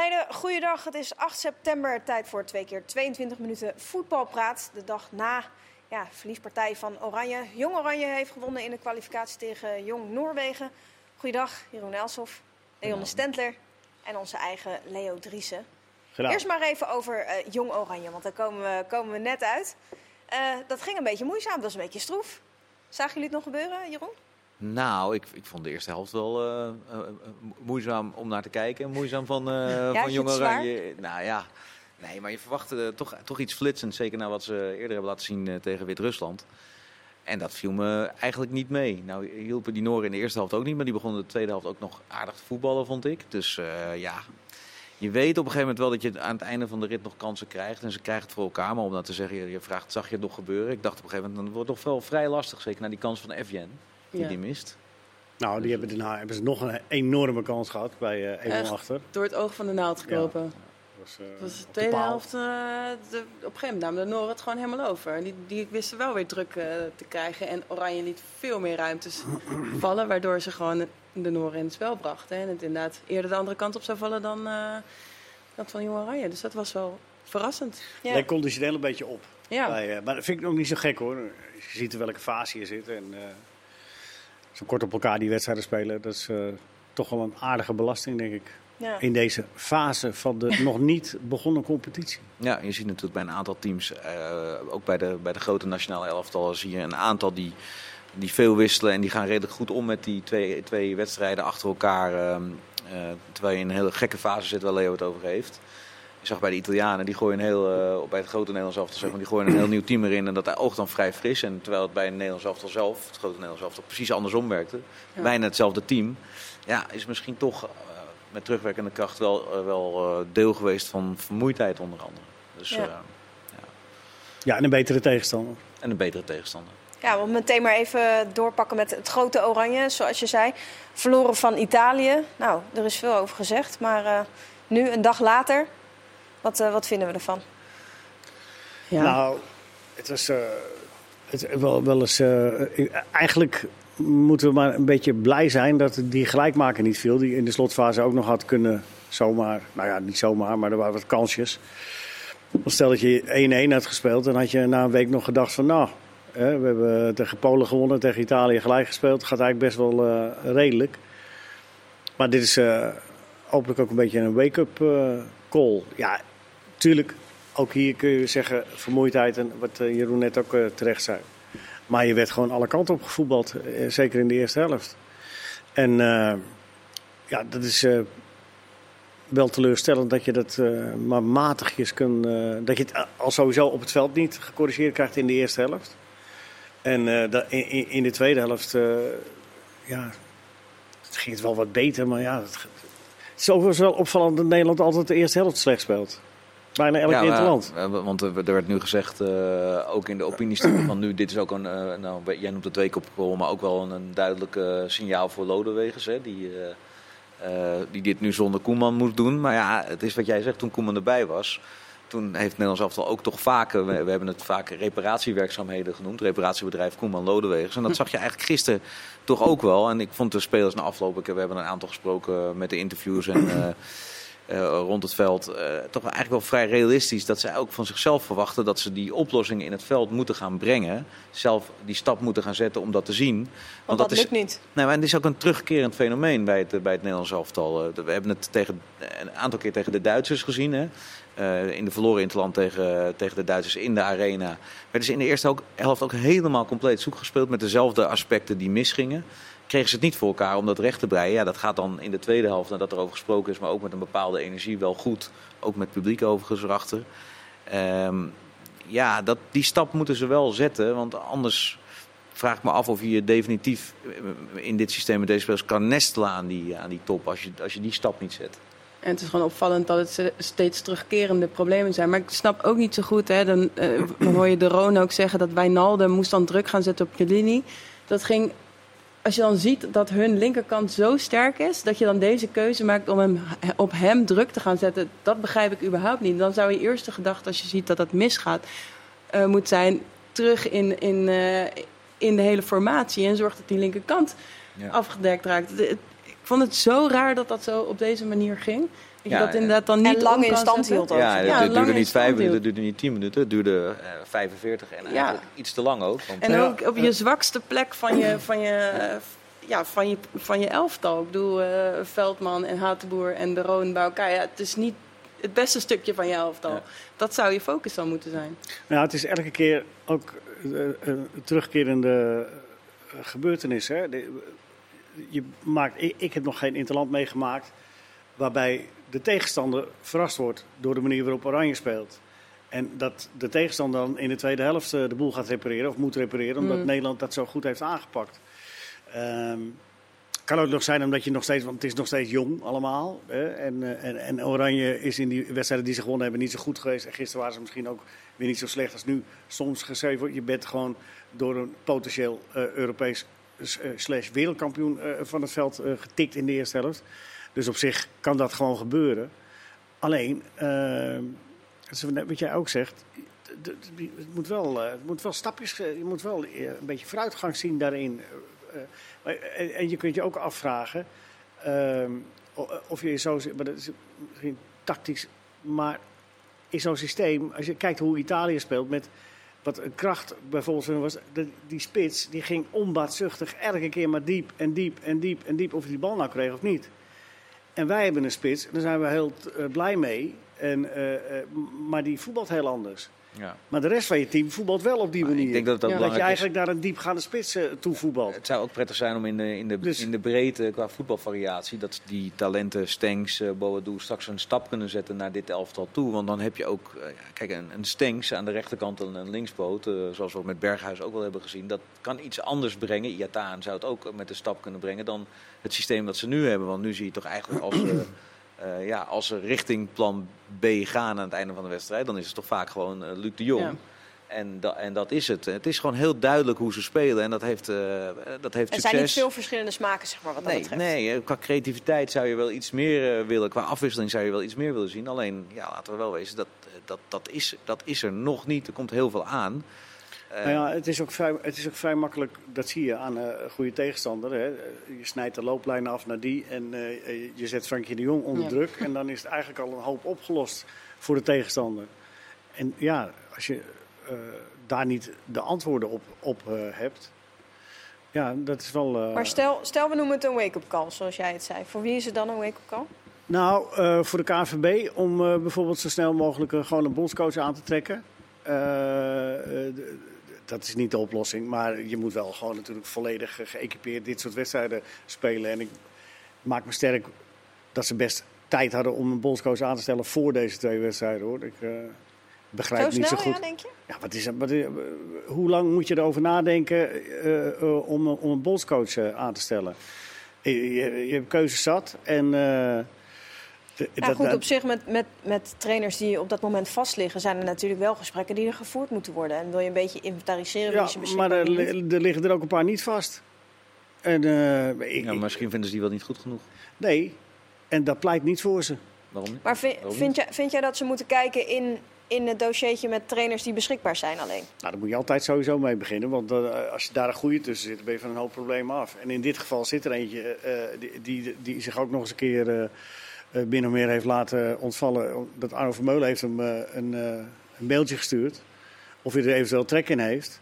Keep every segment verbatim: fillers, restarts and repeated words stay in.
meiden, goeiedag. Het is acht september, tijd voor twee keer tweeëntwintig minuten voetbalpraat. De dag na ja, verliespartij van Oranje. Jong Oranje heeft gewonnen in de kwalificatie tegen Jong Noorwegen. Goeiedag, Jeroen Elshoff, Leon de Stendler en onze eigen Leo Driessen. Gedaan. Eerst maar even over uh, Jong Oranje, want daar komen we, komen we net uit. Uh, dat ging een beetje moeizaam, dat was een beetje stroef. Zagen jullie het nog gebeuren, Jeroen? Nou, ik, ik vond de eerste helft wel uh, uh, moeizaam om naar te kijken. Moeizaam van, uh, ja, van Jong Oranje. Nou ja, nee, maar je verwachtte uh, toch, toch iets flitsends. Zeker na wat ze eerder hebben laten zien uh, tegen Wit-Rusland. En dat viel me eigenlijk niet mee. Nou hielpen die Noren in de eerste helft ook niet. Maar die begonnen de tweede helft ook nog aardig te voetballen, vond ik. Dus uh, ja, je weet op een gegeven moment wel dat je aan het einde van de rit nog kansen krijgt. En ze krijgen het voor elkaar. Maar om dat te zeggen, je vraagt, zag je het nog gebeuren? Ik dacht op een gegeven moment, dan wordt het toch wel vrij lastig. Zeker na die kans van Evjen. Die ja. die mist. Nou, die hebben, daarna hebben ze nog een enorme kans gehad bij uh, één nul achter. Door het oog van de naald gekropen. Ja. Dat was, uh, was de tweede de helft. Uh, de, op een gegeven moment namen de Noren het gewoon helemaal over. Die, die wisten wel weer druk uh, te krijgen. En Oranje liet veel meer ruimtes vallen. Waardoor ze gewoon de Noren in het spel brachten. En het inderdaad eerder de andere kant op zou vallen dan uh, dat van Jong Oranje. Dus dat was wel verrassend. Ja. Lijkt conditioneel een beetje op. Ja. Bij, uh, maar dat vind ik ook niet zo gek hoor. Je ziet in welke fase je zit. En, uh, zo kort op elkaar die wedstrijden spelen, dat is uh, toch wel een aardige belasting, denk ik. Ja. In deze fase van de nog niet begonnen competitie. Ja, je ziet natuurlijk bij een aantal teams, uh, ook bij de, bij de grote nationale elftallen, zie je een aantal die, die veel wisselen. En die gaan redelijk goed om met die twee, twee wedstrijden achter elkaar. Uh, uh, terwijl je in een hele gekke fase zit waar Leo het over heeft. Je zag bij de Italianen, die gooien een heel, uh, bij het grote Nederlands elftal, zeg maar, die gooien een heel nieuw team erin. En dat oogt dan vrij fris. En terwijl het bij het Nederlands elftal zelf, het grote Nederlands elftal, precies andersom werkte. Ja. Bijna hetzelfde team. Ja, is misschien toch uh, met terugwerkende kracht wel, uh, wel uh, deel geweest van vermoeidheid onder andere. Dus, ja. Uh, ja. ja, en een betere tegenstander. En een betere tegenstander. Ja, we meteen maar even doorpakken met het grote Oranje, zoals je zei. Verloren van Italië. Nou, er is veel over gezegd. Maar uh, nu, een dag later... Wat, uh, wat vinden we ervan? Ja. Nou, het was uh, het, wel, wel eens... Uh, eigenlijk moeten we maar een beetje blij zijn dat die gelijkmaker niet viel. Die in de slotfase ook nog had kunnen zomaar... Nou ja, niet zomaar, maar er waren wat kansjes. Stel dat je één-één had gespeeld, dan had je na een week nog gedacht van... Nou, hè, we hebben tegen Polen gewonnen, tegen Italië gelijk gespeeld. Het gaat eigenlijk best wel uh, redelijk. Maar dit is uh, hopelijk ook een beetje een wake-up uh, call. Ja, tuurlijk, ook hier kun je zeggen vermoeidheid en wat Jeroen net ook uh, terecht zei. Maar je werd gewoon alle kanten op gevoetbald, uh, zeker in de eerste helft. En uh, ja, dat is uh, wel teleurstellend dat je dat uh, maar matigjes kunt... Uh, dat je het al sowieso op het veld niet gecorrigeerd krijgt in de eerste helft. En uh, da, in, in de tweede helft, uh, ja, het ging het wel wat beter, maar ja... Het, Het is overigens wel opvallend dat Nederland altijd de eerste helft slecht speelt. Bijna elk ja, interland. Want er werd nu gezegd, uh, ook in de opiniestuk van nu, dit is ook een, uh, nou, jij noemt het weekopcall, maar ook wel een, een duidelijk uh, signaal voor Lodewegers. Hè, die, uh, uh, die dit nu zonder Koeman moet doen. Maar ja, het is wat jij zegt, toen Koeman erbij was. Toen heeft Nederlands elftal ook toch vaak, we, we hebben het vaak reparatiewerkzaamheden genoemd. Reparatiebedrijf Koeman-Lodewegers. En dat zag je eigenlijk gisteren toch ook wel. En ik vond de spelers na afloop, we hebben een aantal gesproken met de interviews en uh, uh, rond het veld. Uh, toch eigenlijk wel vrij realistisch dat zij ook van zichzelf verwachten dat ze die oplossingen in het veld moeten gaan brengen. Zelf die stap moeten gaan zetten om dat te zien. Want, Want dat, dat lukt is, niet. Nou, en het is ook een terugkerend fenomeen bij het, bij het Nederlands elftal. Uh, we hebben het tegen, een aantal keer tegen de Duitsers gezien, hè. Uh, in de verloren interland tegen, tegen de Duitsers in de arena. Werden ze in de eerste helft ook helemaal compleet zoek gespeeld met dezelfde aspecten die misgingen. Kregen ze het niet voor elkaar om dat recht te breien. Ja, dat gaat dan in de tweede helft, nadat er over gesproken is, maar ook met een bepaalde energie wel goed. Ook met publiek overigens erachter. Um, ja, dat, die stap moeten ze wel zetten, want anders vraag ik me af of je definitief in dit systeem met deze spelers kan nestelen aan die, aan die top als je, als je die stap niet zet. En het is gewoon opvallend dat het steeds terugkerende problemen zijn. Maar ik snap ook niet zo goed, hè, dan, uh, dan hoor je de Roon ook zeggen dat Wijnaldum moest dan druk gaan zetten op Chiellini. Dat ging, als je dan ziet dat hun linkerkant zo sterk is, dat je dan deze keuze maakt om hem, op hem druk te gaan zetten, dat begrijp ik überhaupt niet. Dan zou je eerste gedachte, als je ziet dat dat misgaat, uh, moet zijn terug in, in, uh, in de hele formatie en zorg dat die linkerkant ja. afgedekt raakt. Ik vond het zo raar dat dat zo op deze manier ging. je Ja, dat inderdaad dan niet en lang om in kan stand zetten. hield ook. Ja, Ja, het lang duurde in niet stand vijf minuten, hield. het duurde niet tien minuten. Het duurde uh, vijfenveertig en Ja. eigenlijk iets te lang ook. Want, En Ja, ook op je zwakste plek van je, van je, eh, ja, van je, van je elftal. Ik bedoel, uh, Veldman en Hatenboer en De Roon bij elkaar. Ja, het is niet het beste stukje van je elftal. Ja. Dat zou je focus dan moeten zijn. Nou, het is elke keer ook uh, een terugkerende uh, gebeurtenis. Hè? De, je maakt, ik, ik heb nog geen interland meegemaakt waarbij de tegenstander verrast wordt door de manier waarop Oranje speelt. En dat de tegenstander dan in de tweede helft uh, de boel gaat repareren of moet repareren, omdat Mm. Nederland dat zo goed heeft aangepakt. Um, kan ook nog zijn omdat je nog steeds, want het is nog steeds jong allemaal. Hè? En, uh, en, en Oranje is in die wedstrijden die ze gewonnen hebben niet zo goed geweest. En gisteren waren ze misschien ook weer niet zo slecht als nu soms geschreven wordt. Je bent gewoon door een potentieel uh, Europees uh, slash wereldkampioen uh, van het veld uh, getikt in de eerste helft. Dus op zich kan dat gewoon gebeuren. Alleen, uh, wat jij ook zegt, het moet wel, uh, het moet wel stapjes, je moet wel uh, een beetje vooruitgang zien daarin. Uh, uh, en je kunt je ook afvragen uh, of je zo, maar dat is misschien tactisch, maar in zo'n systeem, als je kijkt hoe Italië speelt met wat een kracht bijvoorbeeld was, de, die spits die ging onbaatzuchtig elke keer maar diep en diep en diep en diep of hij die bal nou kreeg of niet. En wij hebben een spits, en daar zijn we heel uh, blij mee, en, uh, uh, maar die voetbalt heel anders. ja. Maar de rest van je team voetbalt wel op die Maar manier. ik denk dat dat Ja. dat je belangrijk is. eigenlijk naar een diepgaande spits uh, toe voetbalt. Het zou ook prettig zijn om in de, in de, Dus- in de breedte qua voetbalvariatie, dat die talenten Stenks, uh, Boadou straks een stap kunnen zetten naar dit elftal toe. Want dan heb je ook, uh, kijk, een, een Stenks aan de rechterkant en een linkspoot, uh, zoals we met Berghuis ook wel hebben gezien. Dat kan iets anders brengen. Iataan zou het ook met een stap kunnen brengen dan het systeem dat ze nu hebben. Want nu zie je toch eigenlijk als uh, uh, ja, als ze richting plan B gaan aan het einde van de wedstrijd, dan is het toch vaak gewoon uh, Luc de Jong. Ja. En, da en dat is het. Het is gewoon heel duidelijk hoe ze spelen. En dat heeft, uh, dat heeft Er succes. zijn niet veel verschillende smaken, zeg maar, wat dat Nee, betreft. nee, qua creativiteit zou je wel iets meer uh, willen. Qua afwisseling zou je wel iets meer willen zien. Alleen, ja, laten we wel wezen, dat, dat, dat, is, dat is er nog niet. Er komt heel veel aan. Uh, Nou ja, het is, ook vrij, het is ook vrij makkelijk, dat zie je aan een goede tegenstander. Hè. Je snijdt de looplijnen af naar die en uh, je zet Frenkie de Jong onder Ja. druk. En dan is het eigenlijk al een hoop opgelost voor de tegenstander. En ja, als je uh, daar niet de antwoorden op, op uh, hebt, ja, dat is wel... Uh, Maar stel, stel we noemen het een wake-up call, zoals jij het zei. Voor wie is het dan een wake-up call? Nou, uh, voor de K N V B om uh, bijvoorbeeld zo snel mogelijk uh, gewoon een bondscoach aan te trekken. Uh, uh, dat is niet de oplossing, maar je moet wel gewoon natuurlijk volledig uh, geëquipeerd dit soort wedstrijden spelen. En ik maak me sterk dat ze best tijd hadden om een bondscoach aan te stellen voor deze twee wedstrijden, hoor. Ik uh, begrijp Zo het niet snel, zo goed. ja, denk je? Ja, wat is, wat is, hoe lang moet je erover nadenken uh, uh, om, om een bondscoach uh, aan te stellen? Je, je, je hebt keuzes zat en... Uh, de, Ja, dat, goed, dat, op zich met, met, met trainers die op dat moment vastliggen, zijn er natuurlijk wel gesprekken die er gevoerd moeten worden. En wil je een beetje inventariseren wie ja, ze maar beschikbaar er, hebben. li- er liggen er ook een paar niet vast. En, uh, ik, ja, ik- misschien vinden ze die wel niet goed genoeg. nee, en dat pleit niet voor ze. Waarom niet? Maar vind, Waarom vind, jij, vind jij dat ze moeten kijken in, in het dossiertje met trainers die beschikbaar zijn alleen? Nou, daar moet je altijd sowieso mee beginnen. Want uh, als je daar een goede tussen zit, dan ben je van een hoop problemen af. En in dit geval zit er eentje uh, die, die, die zich ook nog eens een keer uh, uh, min of meer heeft laten ontvallen. Dat Arno Vermeulen heeft hem uh, een, uh, een mailtje gestuurd. Of hij er eventueel trek in heeft.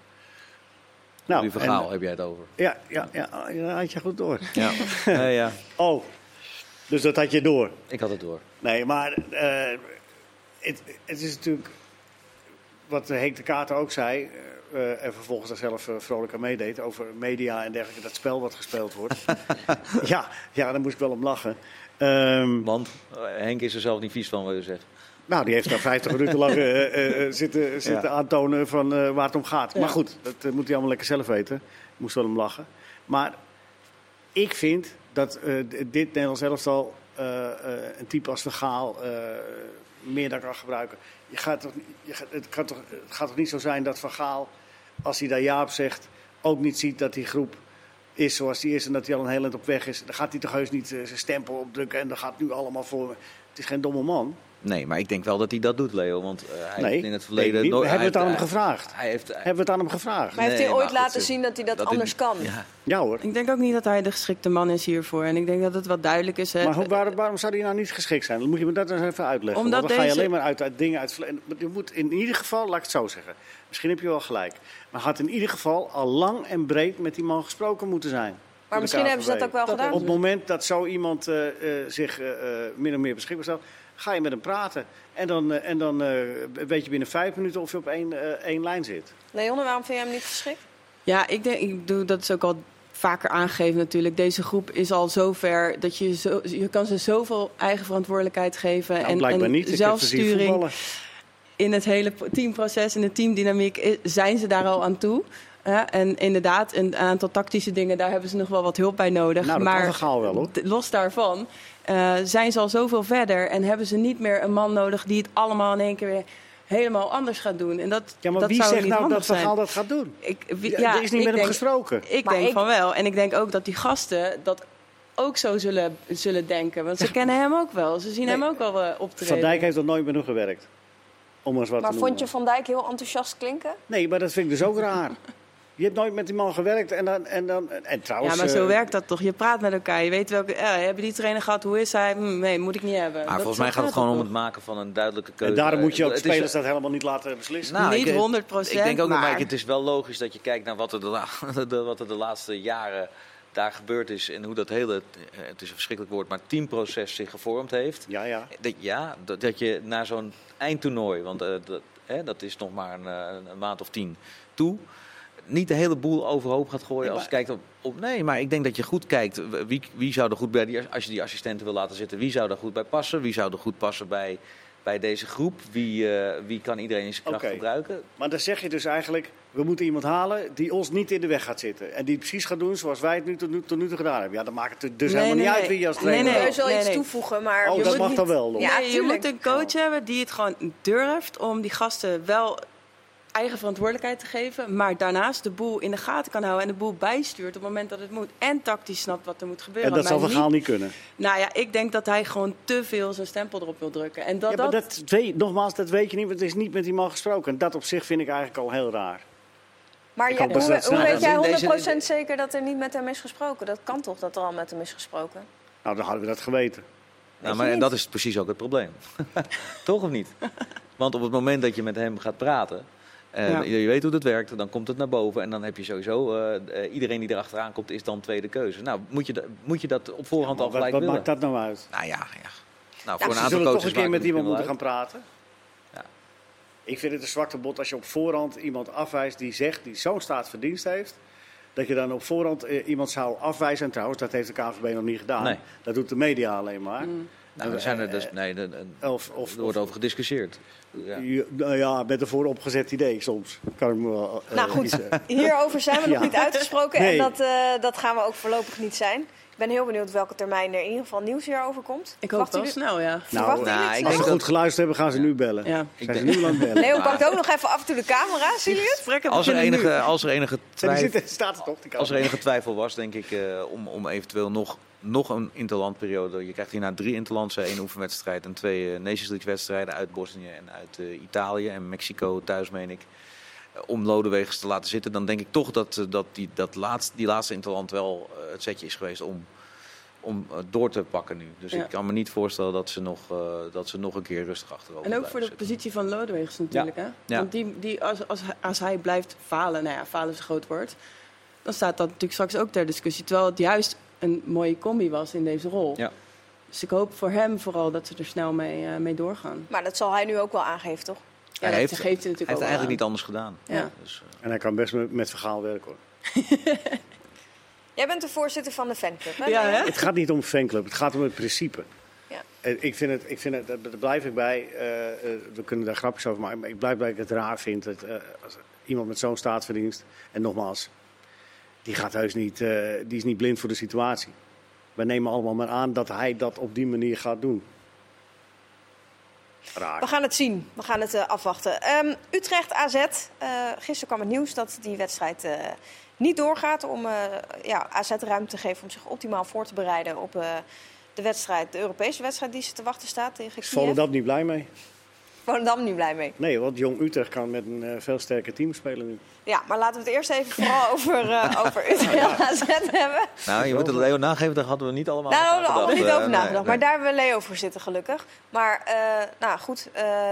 Nou, die verhaal en, heb jij het over. Ja, ja, ja, dat had je goed door. Ja. uh, ja, Oh, dus dat had je door. ik had het door. Nee, maar uh, het, het is natuurlijk wat Henk de Kater ook zei, uh, en vervolgens daar zelf uh, vrolijk aan meedeed, over media en dergelijke, dat spel wat gespeeld wordt. ja, ja, daar moest ik wel om lachen. Um, Want uh, Henk is er zelf niet vies van, wil je zeggen. Nou, die heeft daar vijftig minuten lang uh, uh, zitten, zitten Ja. aantonen van uh, waar het om gaat. Ja. Maar goed, dat uh, moet hij allemaal lekker zelf weten. Ik moest wel om lachen. Maar ik vind dat uh, dit Nederlands elftal uh, uh, een type als Van Gaal uh, meer dan kan gebruiken. Je gaat toch, je gaat, het, kan toch, het gaat toch niet zo zijn dat Van Gaal, als hij daar ja op zegt, ook niet ziet dat die groep is zoals die is en dat hij al een heel eind op weg is. Dan gaat hij toch heus niet uh, zijn stempel opdrukken en dan gaat nu allemaal voor. Het is geen domme man. Nee, maar ik denk wel dat hij dat doet, Leo. Want uh, hij nee, heeft in het verleden... Nee, nooit, hebben we het aan hij, hem gevraagd? Hij heeft, hij, hebben we het aan hem gevraagd? Maar heeft nee, hij ooit maar laten goed, zien dat hij dat, dat anders in, kan? Ja. Ja hoor. Ik denk ook niet dat hij de geschikte man is hiervoor. En ik denk dat het wel duidelijk is. Hè. Maar hoe, waar, waarom zou hij nou niet geschikt zijn? Dan moet je me dat eens even uitleggen. Omdat Want dan ga je deze... alleen maar uit, uit dingen uit... Je moet in ieder geval, laat ik het zo zeggen. Misschien heb je wel gelijk. Maar had in ieder geval al lang en breed met die man gesproken moeten zijn. Maar misschien hebben ze dat ook wel Dat gedaan. Op het moment dat zo iemand uh, uh, zich uh, min of meer beschikbaar stelt, ga je met hem praten. En dan, uh, en dan uh, weet je binnen vijf minuten of je op één, uh, één lijn zit. Leonne, waarom vind je hem niet geschikt? Ja, ik denk, ik doe dat is ook al vaker aangegeven natuurlijk. Deze groep is al zover dat je, zo, je kan ze zoveel eigen verantwoordelijkheid geven. Nou, en blijkbaar en niet. Ik zelfsturing in het hele teamproces, in de teamdynamiek, zijn ze daar al aan toe. Ja, en inderdaad, een aantal tactische dingen, daar hebben ze nog wel wat hulp bij nodig. Nou, dat maar kan Gaal wel, hoor. Los daarvan uh, zijn ze al zoveel verder en hebben ze niet meer een man nodig die het allemaal in één keer weer helemaal anders gaat doen. En dat, ja, maar dat wie zou zegt niet nou dat zijn. Gaal dat gaat doen? Ik, wie, ja, ja, er is niet ik met hem denk, gesproken. Ik maar denk ik... van wel. En ik denk ook dat die gasten dat ook zo zullen, zullen denken. Want ze kennen hem ook wel. Ze zien nee, hem ook wel uh, optreden. Van Dijk heeft nog nooit met hem gewerkt. Om eens wat maar te vond noemen. je Van Dijk heel enthousiast klinken? Nee, maar dat vind ik dus ook raar. Je hebt nooit met die man gewerkt en dan... En dan en trouwens, ja, maar zo uh, werkt dat toch? Je praat met elkaar. Je weet welke... Ja, hebben die trainer gehad? Hoe is hij? Hm, nee, moet ik niet hebben. Maar dat, volgens mij gaat het gewoon om het maken van een duidelijke keuze. En daarom moet je ook het spelers is, dat helemaal niet laten beslissen. Nou, niet ik, honderd procent, Ik denk ook, maar... maar het is wel logisch dat je kijkt naar wat er de, la, de, wat er de laatste jaren daar gebeurd is. En hoe dat hele, het is een verschrikkelijk woord, maar teamproces zich gevormd heeft. Ja, ja. Dat, ja, dat, dat je naar zo'n eindtoernooi, want uh, dat, hè, dat is nog maar een, een maand of tien toe... niet de hele boel overhoop gaat gooien als je kijkt op, op... Nee, maar ik denk dat je goed kijkt. Wie, wie zou er goed bij... Die, als je die assistenten wil laten zitten, wie zou er goed bij passen? Wie zou er goed passen bij, bij deze groep? Wie, uh, wie kan iedereen in zijn kracht okay. gebruiken? Maar dan zeg je dus eigenlijk... we moeten iemand halen die ons niet in de weg gaat zitten. En die precies gaat doen zoals wij het nu tot nu, tot nu toe gedaan hebben. Ja, dan maakt het dus nee, helemaal nee, niet nee. uit wie je als trainer... Nee, nee, nee, er is wel nee, iets nee. toevoegen, maar... Oh, je dat moet mag niet... dan wel. Nog. Ja, nee, je moet een coach hebben die het gewoon durft om die gasten wel... eigen verantwoordelijkheid te geven, maar daarnaast de boel in de gaten kan houden en de boel bijstuurt op het moment dat het moet. En tactisch snapt wat er moet gebeuren. En dat zal Van Gaal niet kunnen. Nou ja, ik denk dat hij gewoon te veel zijn stempel erop wil drukken. En dat, ja, maar dat... dat weet, nogmaals, dat weet je niet, want het is niet met die man gesproken. En dat op zich vind ik eigenlijk al heel raar. Maar Ik ja, hoop dat hoe, dat hoe snel weet gaat. jij Deze- honderd procent zeker dat er niet met hem is gesproken? Dat kan toch, dat er al met hem is gesproken? Nou, dan hadden we dat geweten. Nou, je maar en niet. dat is precies ook het probleem. Toch of niet? Want op het moment dat je met hem gaat praten... en Ja. je weet hoe dat werkt, dan komt het naar boven. En dan heb je sowieso... Uh, uh, iedereen die erachteraan komt, is dan tweede keuze. Nou, moet je, da- moet je dat op voorhand Maar al wat gelijk wat willen? maakt dat nou uit? Nou ja, ja. Nou, Ja, voor Ze een aantal zullen coaches toch een keer maakt met het iemand misschien moeten wel gaan uit. praten. Ja. Ik vind het een zwakte bot als je op voorhand iemand afwijst die zegt, die zo'n staat van dienst heeft, dat je dan op voorhand eh, iemand zou afwijzen. En trouwens, dat heeft de K N V B nog niet gedaan. Nee. Dat doet de media alleen maar. Mm. Nou, er zijn er dus... Nee, de, de- Of, of, er wordt over gediscussieerd. Ja. Ja, nou ja, met een vooropgezet idee soms. Kan ik me wel, uh, Nou goed, iets, uh, hierover zijn we nog Ja. niet uitgesproken Nee. en dat, uh, dat gaan we ook voorlopig niet zijn. Ik ben heel benieuwd welke termijn er in ieder geval nieuws hierover komt. Ik hoop Verwachten wel jullie- snel, ja. Verwachten Nou, jullie ik het denk als snel? ze dat- goed geluisterd hebben, gaan ze nu bellen. ja. Ik Zijn ze denk- nu aan het bellen? Leo pakt ook nog even af en toe de camera, zie je het? Gesprekken Als er beginnen nu. enige, als er enige En die twijfel... zitten, staat er toch? Die Als er enige twijfel was, denk ik, uh, om, om eventueel nog, nog een interlandperiode. Je krijgt hierna drie interlandse, één oefenwedstrijd en twee uh, Nations League wedstrijden uit Bosnië en uit uh, Italië en Mexico thuis, meen ik. Uh, om Lodewegers te laten zitten, dan denk ik toch dat, uh, dat, die, dat laatst, die laatste interland wel uh, het setje is geweest om, om uh, door te pakken nu. Dus Ja. ik kan me niet voorstellen dat ze nog, uh, dat ze nog een keer rustig achterover En ook blijven voor de zitten. positie van Lodewegers natuurlijk. Hè? Ja. Want die, die, als, als, hij- als hij blijft falen, nou ja, falen is een groot woord, dan staat dat natuurlijk straks ook ter discussie. Terwijl het juist een mooie combi was in deze rol. Ja. Dus ik hoop voor hem vooral dat ze er snel mee, uh, mee doorgaan. Maar dat zal hij nu ook wel aangeven, toch? Ja, Hij dat heeft, geeft hij hij natuurlijk heeft ook eigenlijk wel niet anders gedaan. Ja. Dus, uh, En hij kan best met, met Vergaal werken hoor. Jij bent de voorzitter van de fanclub, hè? Ja, Leo? hè? Het gaat niet om een fanclub, het gaat om het principe. Ja. En Ik vind het, ik vind het, daar blijf ik bij. Uh, uh, we kunnen daar grapjes over maken, maar ik blijf bij dat ik het raar vind dat uh, als iemand met zo'n staatsverdienst, en nogmaals, die gaat heus niet, uh, die is niet blind voor de situatie. We nemen allemaal maar aan dat hij dat op die manier gaat doen. Raar. We gaan het zien. We gaan het uh, afwachten. Um, Utrecht-A Z. Uh, gisteren kwam het nieuws dat die wedstrijd uh, niet doorgaat. Om uh, ja, A Z ruimte te geven om zich optimaal voor te bereiden op uh, de wedstrijd, de Europese wedstrijd die ze te wachten staat tegen Kiev. Is Volendam niet blij mee? Volendam niet blij mee. Nee, want Jong Utrecht kan met een uh, veel sterker team spelen nu. Ja, maar laten we het eerst even vooral over, uh, over Utrecht A Z hebben. Nou, je moet het Leo nageven, daar hadden we niet allemaal Daar over hadden we allemaal niet uh, over nee, nagedacht. nee. Maar daar hebben we Leo voor zitten, gelukkig. Maar, uh, nou goed. Uh,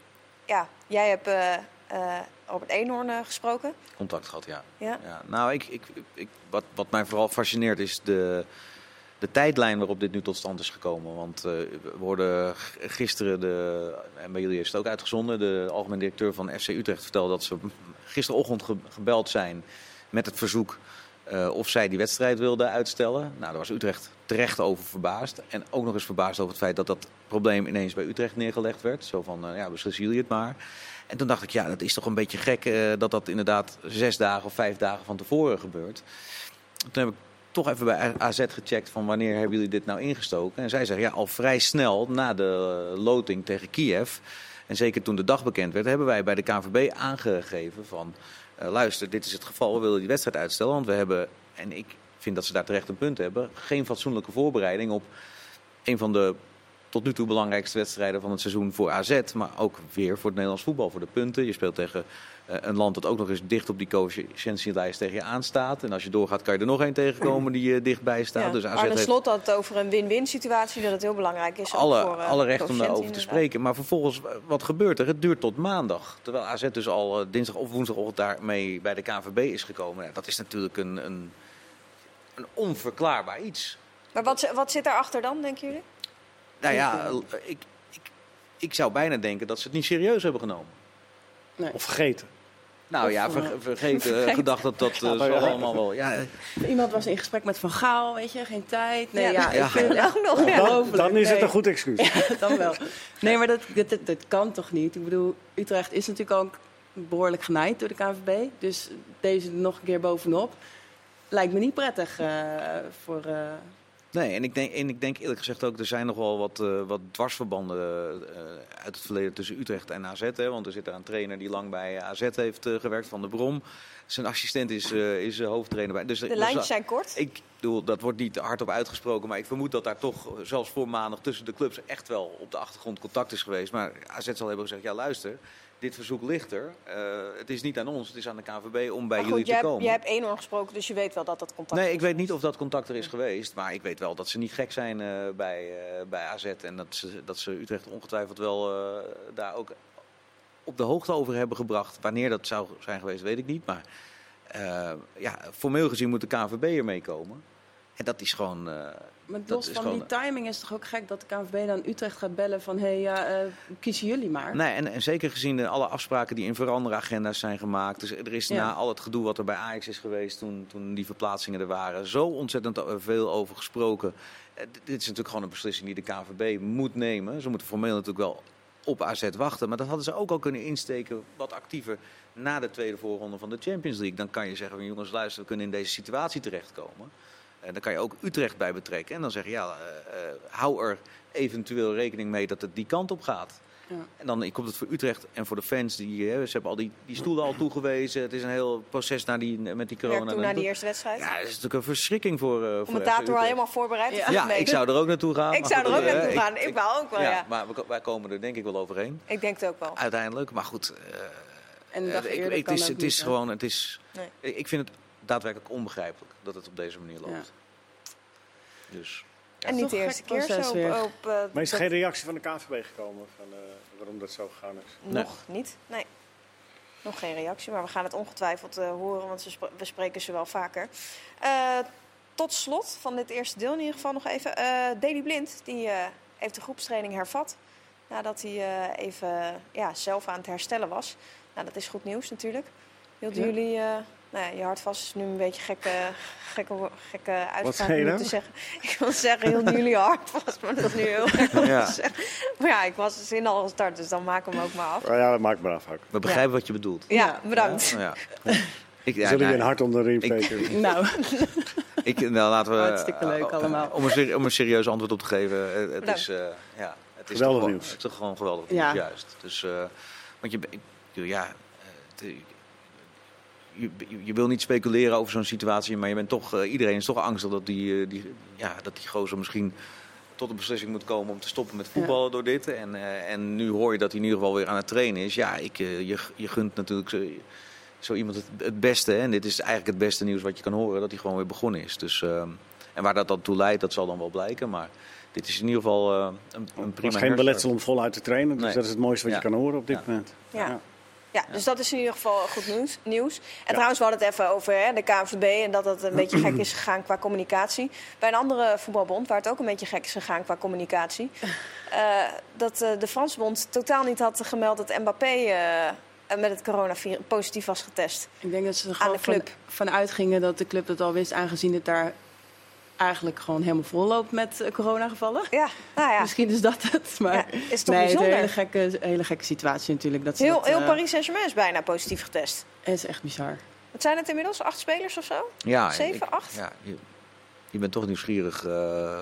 ja, jij hebt uh, uh, Robert Eenhoorn uh, gesproken. Contact gehad, ja. Ja. ja. Nou, ik, ik, ik, wat, wat mij vooral fascineert is de... De tijdlijn waarop dit nu tot stand is gekomen. Want uh, we hoorden gisteren, de, en bij jullie is het ook uitgezonden, de algemeen directeur van F C Utrecht vertelde dat ze gisterochtend ge, gebeld zijn met het verzoek uh, of zij die wedstrijd wilden uitstellen. Nou, daar was Utrecht terecht over verbaasd. En ook nog eens verbaasd over het feit dat dat probleem ineens bij Utrecht neergelegd werd. Zo van, uh, ja, beslissen jullie het maar. En toen dacht ik, ja, dat is toch een beetje gek uh, dat dat inderdaad zes dagen of vijf dagen van tevoren gebeurt. Toen heb ik toch even bij A Z gecheckt van wanneer hebben jullie dit nou ingestoken. En zij zeggen ja, al vrij snel na de loting tegen Kiev. En zeker toen de dag bekend werd, hebben wij bij de K N V B aangegeven van uh, luister, dit is het geval, we willen die wedstrijd uitstellen. Want we hebben, en ik vind dat ze daar terecht een punt hebben, geen fatsoenlijke voorbereiding op een van de tot nu toe belangrijkste wedstrijden van het seizoen voor A Z. Maar ook weer voor het Nederlands voetbal, voor de punten. Je speelt tegen uh, een land dat ook nog eens dicht op die coëfficiëntielijst tegen je aanstaat. En als je doorgaat kan je er nog één tegenkomen die uh, dichtbij staat. Ja, Dus A Z Arne heeft Slot had het over een win-win situatie, dat het heel belangrijk is. alle, voor, uh, alle recht om daarover te inderdaad. spreken. Maar vervolgens, wat gebeurt er? Het duurt tot maandag. Terwijl A Z dus al uh, dinsdag of woensdagochtend daarmee bij de K N V B is gekomen. Ja, dat is natuurlijk een, een, een onverklaarbaar iets. Maar wat, wat zit daarachter dan, denken jullie? Nou ja, ik, ik, ik zou bijna denken dat ze het niet serieus hebben genomen. Nee. Of vergeten. Nou of, ja, ver, vergeten, vergeten. gedacht dat dat uh, zo allemaal wel... Ja. Iemand was in gesprek met Van Gaal, weet je, geen tijd. Nee, ja, ja, ja. ik vind het echt nog Dan, dan is het een goed excuus. Ja, dan wel. Nee, maar dat, dat, dat, dat kan toch niet? Ik bedoel, Utrecht is natuurlijk ook behoorlijk genaaid door de K N V B. Dus deze er nog een keer bovenop. Lijkt me niet prettig uh, voor... Uh, Nee, en ik, denk, en ik denk eerlijk gezegd ook, er zijn nog wel wat, uh, wat dwarsverbanden uh, uit het verleden tussen Utrecht en A Z. Hè, want er zit daar een trainer die lang bij A Z heeft uh, gewerkt, Van der Brom. Zijn assistent is, uh, is uh, hoofdtrainer bij. Dus, de dus, lijntjes zijn kort. Ik bedoel, dat wordt niet hardop uitgesproken, maar ik vermoed dat daar toch, zelfs voor maandag, tussen de clubs echt wel op de achtergrond contact is geweest. Maar A Z zal hebben gezegd, ja luister, dit verzoek ligt er. Uh, het is niet aan ons, het is aan de K N V B om bij maar jullie goed, te jij, komen. jij hebt Eenhoorn gesproken, dus je weet wel dat dat contact Nee, is. ik weet niet of dat contact er is geweest. Maar ik weet wel dat ze niet gek zijn uh, bij, uh, bij A Z. En dat ze, dat ze Utrecht ongetwijfeld wel uh, daar ook op de hoogte over hebben gebracht. Wanneer dat zou zijn geweest, weet ik niet. Maar uh, ja, formeel gezien moet de K N V B er meekomen. En dat is gewoon... Uh, Maar dat los is van gewoon, die timing is het toch ook gek dat de K N V B dan Utrecht gaat bellen van... hé, hey, ja, uh, kiezen jullie maar. Nee, en, en zeker gezien de, alle afspraken die in veranderagenda's zijn gemaakt. Dus er is Ja. na al het gedoe wat er bij Ajax is geweest toen, toen die verplaatsingen er waren... zo ontzettend veel over gesproken. Uh, dit is natuurlijk gewoon een beslissing die de K N V B moet nemen. Ze moeten formeel natuurlijk wel op A Z wachten. Maar dat hadden ze ook al kunnen insteken wat actiever na de tweede voorronde van de Champions League. Dan kan je zeggen, jongens luister, we kunnen in deze situatie terechtkomen. En dan kan je ook Utrecht bij betrekken. En dan zeg je, ja, uh, uh, hou er eventueel rekening mee dat het die kant op gaat. Ja. En dan komt het voor Utrecht en voor de fans. Die, hè, ze hebben al die, die stoelen al toegewezen. Het is een heel proces naar die, met die corona. Werk toen naar die eerste wedstrijd. Ja, dat is natuurlijk een verschrikking voor, uh, voor Commentator al helemaal voorbereid. Ja. Ja, ik zou er ook naartoe gaan. Ik maar zou er goed, ook uh, naartoe ik, gaan. Ik, ik wou ook wel, ja. ja. Maar we, wij komen er denk ik wel overheen. Ik denk het ook wel. Uiteindelijk. Maar goed, uh, En de dag uh, eerder ik, kan het is, ook het is niet, hè? gewoon... Het is, Nee. Ik vind het daadwerkelijk onbegrijpelijk dat het op deze manier loopt. Ja. Dus... En niet Toch de een eerste gek keer proces zo op... weer. op uh, Maar is er dat- geen reactie van de K N V B gekomen van, uh, waarom dat zo gegaan is? Nog niet, nee. Nog geen reactie, maar we gaan het ongetwijfeld uh, horen, want we, sp- we spreken ze wel vaker. Uh, tot slot van dit eerste deel in ieder geval nog even. Uh, Daley Blind, die uh, heeft de groepstraining hervat. Nadat hij uh, even ja, zelf aan het herstellen was. Nou, dat is goed nieuws natuurlijk. Wilden Ja. jullie... Uh, nou ja, je hart vast is nu een beetje gekke, gekke, gekke uitspraak zei je om nou? te zeggen. Ik wil zeggen, hielden jullie hart vast, maar dat is nu heel erg om Ja. te zeggen. Maar ja, ik was de zin al gestart, dus dan maken we hem ook maar af. Oh ja, dat maakt me af ook. We begrijpen wat je bedoelt. Ja, bedankt. Ja. Ik, ja, Zullen we nou, een hart onder de riem ik- steken? Nou, Ik, nou, laten we, Hartstikke leuk uh, uh, allemaal. Om een, ser- om een serieus antwoord op te geven. uh, Het Bedankt. is, uh, ja, het is Geweldig toch nieuws. Gewoon, het is toch gewoon geweldig Ja. nieuws, juist. Dus, uh, want je, ik, ja, uh, het, je, je, je wil niet speculeren over zo'n situatie, maar je bent toch, uh, iedereen is toch angstig dat die, uh, die, ja, dat die gozer misschien tot een beslissing moet komen om te stoppen met voetballen ja. door dit. En, uh, en nu hoor je dat hij in ieder geval weer aan het trainen is. Ja, ik, uh, je, je gunt natuurlijk zo, zo iemand het, het beste. Hè? En dit is eigenlijk het beste nieuws wat je kan horen, dat hij gewoon weer begonnen is. Dus, uh, en waar dat dan toe leidt, dat zal dan wel blijken. Maar dit is in ieder geval uh, een, een prima. Het is geen beletsel om voluit te trainen. Dus nee. dat is het mooiste wat ja. je kan horen op dit ja. moment. Ja. Ja. Ja, dus dat is in ieder geval goed nieuws. nieuws. En ja. trouwens, we hadden het even over hè, de K N V B en dat het een beetje gek is gegaan qua communicatie. Bij een andere voetbalbond, waar het ook een beetje gek is gegaan qua communicatie. Uh, dat uh, de Franse bond totaal niet had gemeld dat Mbappé uh, met het coronavirus positief was getest. Ik denk dat ze er gewoon van, van uitgingen dat de club dat al wist, aangezien het daar eigenlijk gewoon helemaal vol loopt met uh, coronagevallen. Ja, nou ja. Misschien is dat het. Maar ja, is toch nee, bijzonder? Het is een hele gekke, hele gekke situatie natuurlijk. Dat heel dat, heel uh, Paris Saint-Germain is bijna positief getest. Het is echt bizar. Wat zijn het inmiddels? Acht spelers of zo? Ja, Zeven, ik, acht? Ja, je, je bent toch nieuwsgerig uh,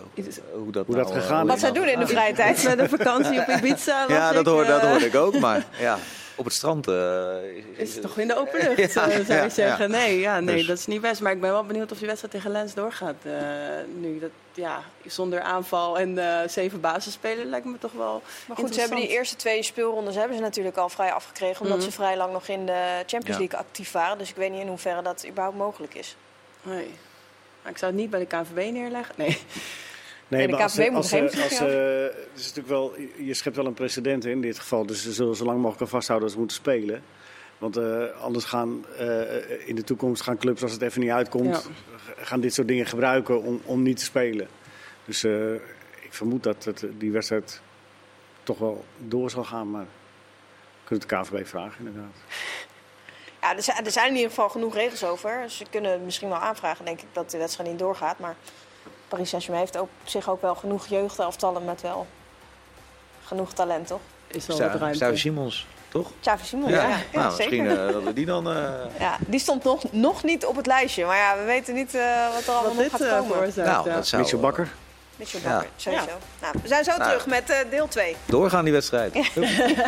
hoe dat, hoe nou, dat gegaan uh, Wat zij doen in de vrije tijd. Met een vakantie op Ibiza. Ja, dat ik, hoorde, uh, dat hoorde ik ook. Maar ja, op het strand uh, is, is het toch in de open lucht, ja, zou je ja, zeggen. Ja. Nee, ja, nee dus. Dat is niet best. Maar ik ben wel benieuwd of die wedstrijd tegen Lens doorgaat. Uh, nu dat, ja, zonder aanval en uh, zeven basisspelers lijkt me toch wel Maar goed, ze hebben die eerste twee speelrondes hebben ze natuurlijk al vrij afgekregen. Omdat mm-hmm. ze vrij lang nog in de Champions League ja. actief waren. Dus ik weet niet in hoeverre dat überhaupt mogelijk is. Nee. Maar ik zou het niet bij de K N V B neerleggen. Nee. Nee, nee, maar als, als, als, als, uh, het is natuurlijk wel, je schept wel een precedent in dit geval. Dus ze zullen zo lang mogelijk aan vasthouden dat ze moeten spelen. Want uh, anders gaan uh, in de toekomst gaan clubs, als het even niet uitkomt, ja. gaan dit soort dingen gebruiken om, om niet te spelen. Dus uh, ik vermoed dat het, die wedstrijd toch wel door zal gaan. Maar we kunnen het K N V B vragen, inderdaad. Ja, er zijn, er zijn in ieder geval genoeg regels over. Ze kunnen misschien wel aanvragen, denk ik, dat de wedstrijd niet doorgaat. Maar Paris Saint-Germain heeft ook, op zich ook wel genoeg jeugdelftallen met wel genoeg talent, toch? Is wel wat ruimte. Xavi Simons, toch? Xavi Simons, ja. ja, ja, ja nou, zeker. Misschien uh, dat we die dan... Uh... Ja, die stond nog, nog niet op het lijstje. Maar ja, we weten niet uh, wat er allemaal wat nog dit, gaat komen. Uh, nou, dat zou... Mitchell Bakker. Mitchell Bakker, ja. sowieso. Ja. Nou, we zijn zo nou, terug met uh, deel twee. Doorgaan die wedstrijd. Ja.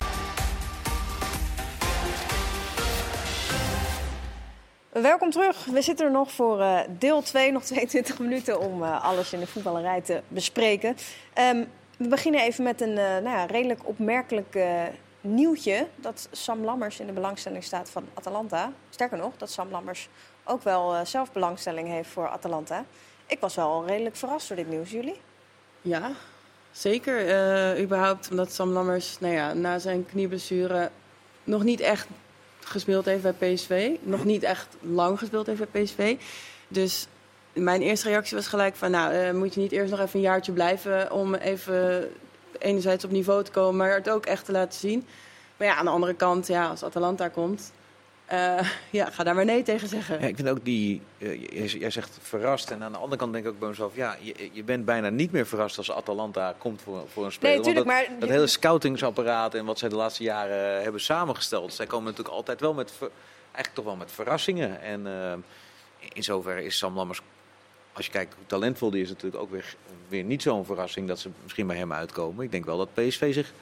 Welkom terug. We zitten er nog voor uh, deel twee, nog tweeëntwintig minuten om uh, alles in de voetballerij te bespreken. Um, we beginnen even met een uh, nou ja, redelijk opmerkelijk uh, nieuwtje. Dat Sam Lammers in de belangstelling staat van Atalanta. Sterker nog, dat Sam Lammers ook wel uh, zelf belangstelling heeft voor Atalanta. Ik was wel redelijk verrast door dit nieuws. Jullie? Ja, zeker. Uh, überhaupt omdat Sam Lammers nou ja, na zijn knieblessure nog niet echt gespeeld heeft bij P S V. Nog niet echt lang gespeeld heeft bij P S V. Dus mijn eerste reactie was gelijk van... nou, uh, moet je niet eerst nog even een jaartje blijven... om even enerzijds op niveau te komen... maar het ook echt te laten zien. Maar ja, aan de andere kant, ja, als Atalanta komt... Uh, ja, ga daar maar nee tegen zeggen. Ja, ik vind ook die... Uh, jij zegt verrast. En aan de andere kant denk ik ook bij mezelf... ja, je, je bent bijna niet meer verrast als Atalanta komt voor, voor een speler. Nee, tuurlijk, Want dat, maar... dat hele scoutingsapparaat... en wat zij de laatste jaren hebben samengesteld... zij komen natuurlijk altijd wel met... Ver, eigenlijk toch wel met verrassingen. En uh, in zoverre is Sam Lammers... als je kijkt hoe talentvol die is... natuurlijk ook weer, weer niet zo'n verrassing... dat ze misschien bij hem uitkomen. Ik denk wel dat P S V zich...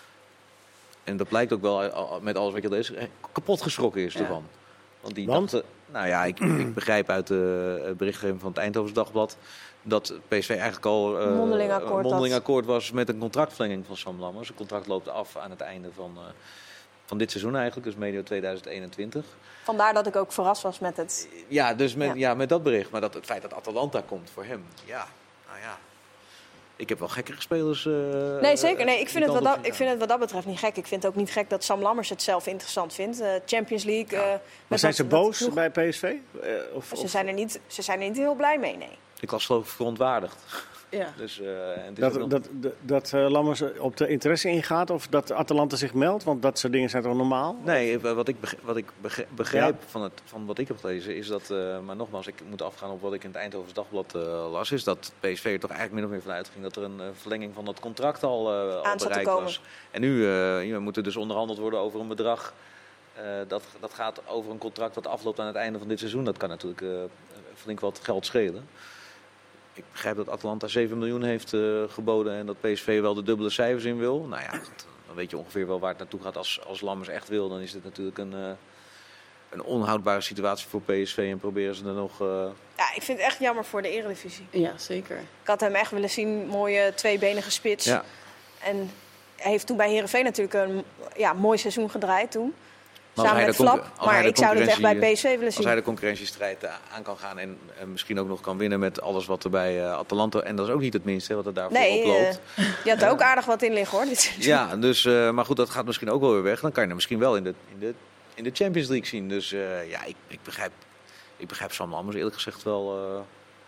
en dat blijkt ook wel met alles wat je leest... kapot geschrokken is ervan. Ja. Want die Want? dachten... Nou ja, ik, ik begrijp uit de berichtgeving van het Eindhovens Dagblad... dat P S V eigenlijk al uh, mondeling akkoord, mondeling akkoord was met een contractverlenging van Sam Lammers. Het contract loopt af aan het einde van, uh, van dit seizoen eigenlijk, dus medio tweeduizend eenentwintig. Vandaar dat ik ook verrast was met het... Ja, dus met, ja. ja, met dat bericht. Maar dat, het feit dat Atalanta komt voor hem, ja, nou ja... Ik heb wel gekkere spelers. Uh, nee, zeker. Nee, ik, vind het wat dat, zien, ik vind het wat dat betreft niet gek. Ik vind het ook niet gek dat Sam Lammers het zelf interessant vindt. Uh, Champions League. Ja. Uh, maar zijn dat, ze boos dat bij P S V? Uh, of, ze, of... Zijn er niet, ze zijn er niet heel blij mee, nee. Ik was geloof ik verontwaardigd. Ja. Dus, uh, en dat wel... dat, dat, dat uh, Lammers op de interesse ingaat of dat Atalanta zich meldt? Want dat soort dingen zijn toch normaal? Nee, wat ik, begrijp, wat ik begrijp ja. van, het, van wat ik heb gelezen is dat... Uh, maar nogmaals, ik moet afgaan op wat ik in het Eindhovens Dagblad uh, las... is dat P S V er toch eigenlijk min of meer van uitging... dat er een uh, verlenging van dat contract al, uh, al bereikt was. En nu uh, moet er dus onderhandeld worden over een bedrag... Uh, dat, dat gaat over een contract dat afloopt aan het einde van dit seizoen. Dat kan natuurlijk uh, flink wat geld schelen. Ik begrijp dat Atalanta zeven miljoen heeft uh, geboden en dat P S V wel de dubbele cijfers in wil. Nou ja, dat, dan weet je ongeveer wel waar het naartoe gaat. Als, als Lammers echt wil, dan is dit natuurlijk een, uh, een onhoudbare situatie voor P S V en proberen ze er nog... Uh... Ja, ik vind het echt jammer voor de Eredivisie. Ja, zeker. Ik had hem echt willen zien, mooie tweebenige spits. Ja. En hij heeft toen bij Heerenveen natuurlijk een ja, mooi seizoen gedraaid toen. Maar samen met Flap. Maar ik zou het echt bij P S V willen zien. Als hij de concurrentiestrijd uh, aan kan gaan en, en misschien ook nog kan winnen met alles wat er bij uh, Atalanta... En dat is ook niet het minste wat er daarvoor nee, oploopt. Uh, je had er ook aardig wat in liggen hoor. Dit ja, dus, uh, maar goed, dat gaat misschien ook wel weer weg. Dan kan je hem misschien wel in de, in de, in de Champions League zien. Dus uh, ja, ik, ik, begrijp, ik begrijp Sam Lammers eerlijk gezegd wel, uh,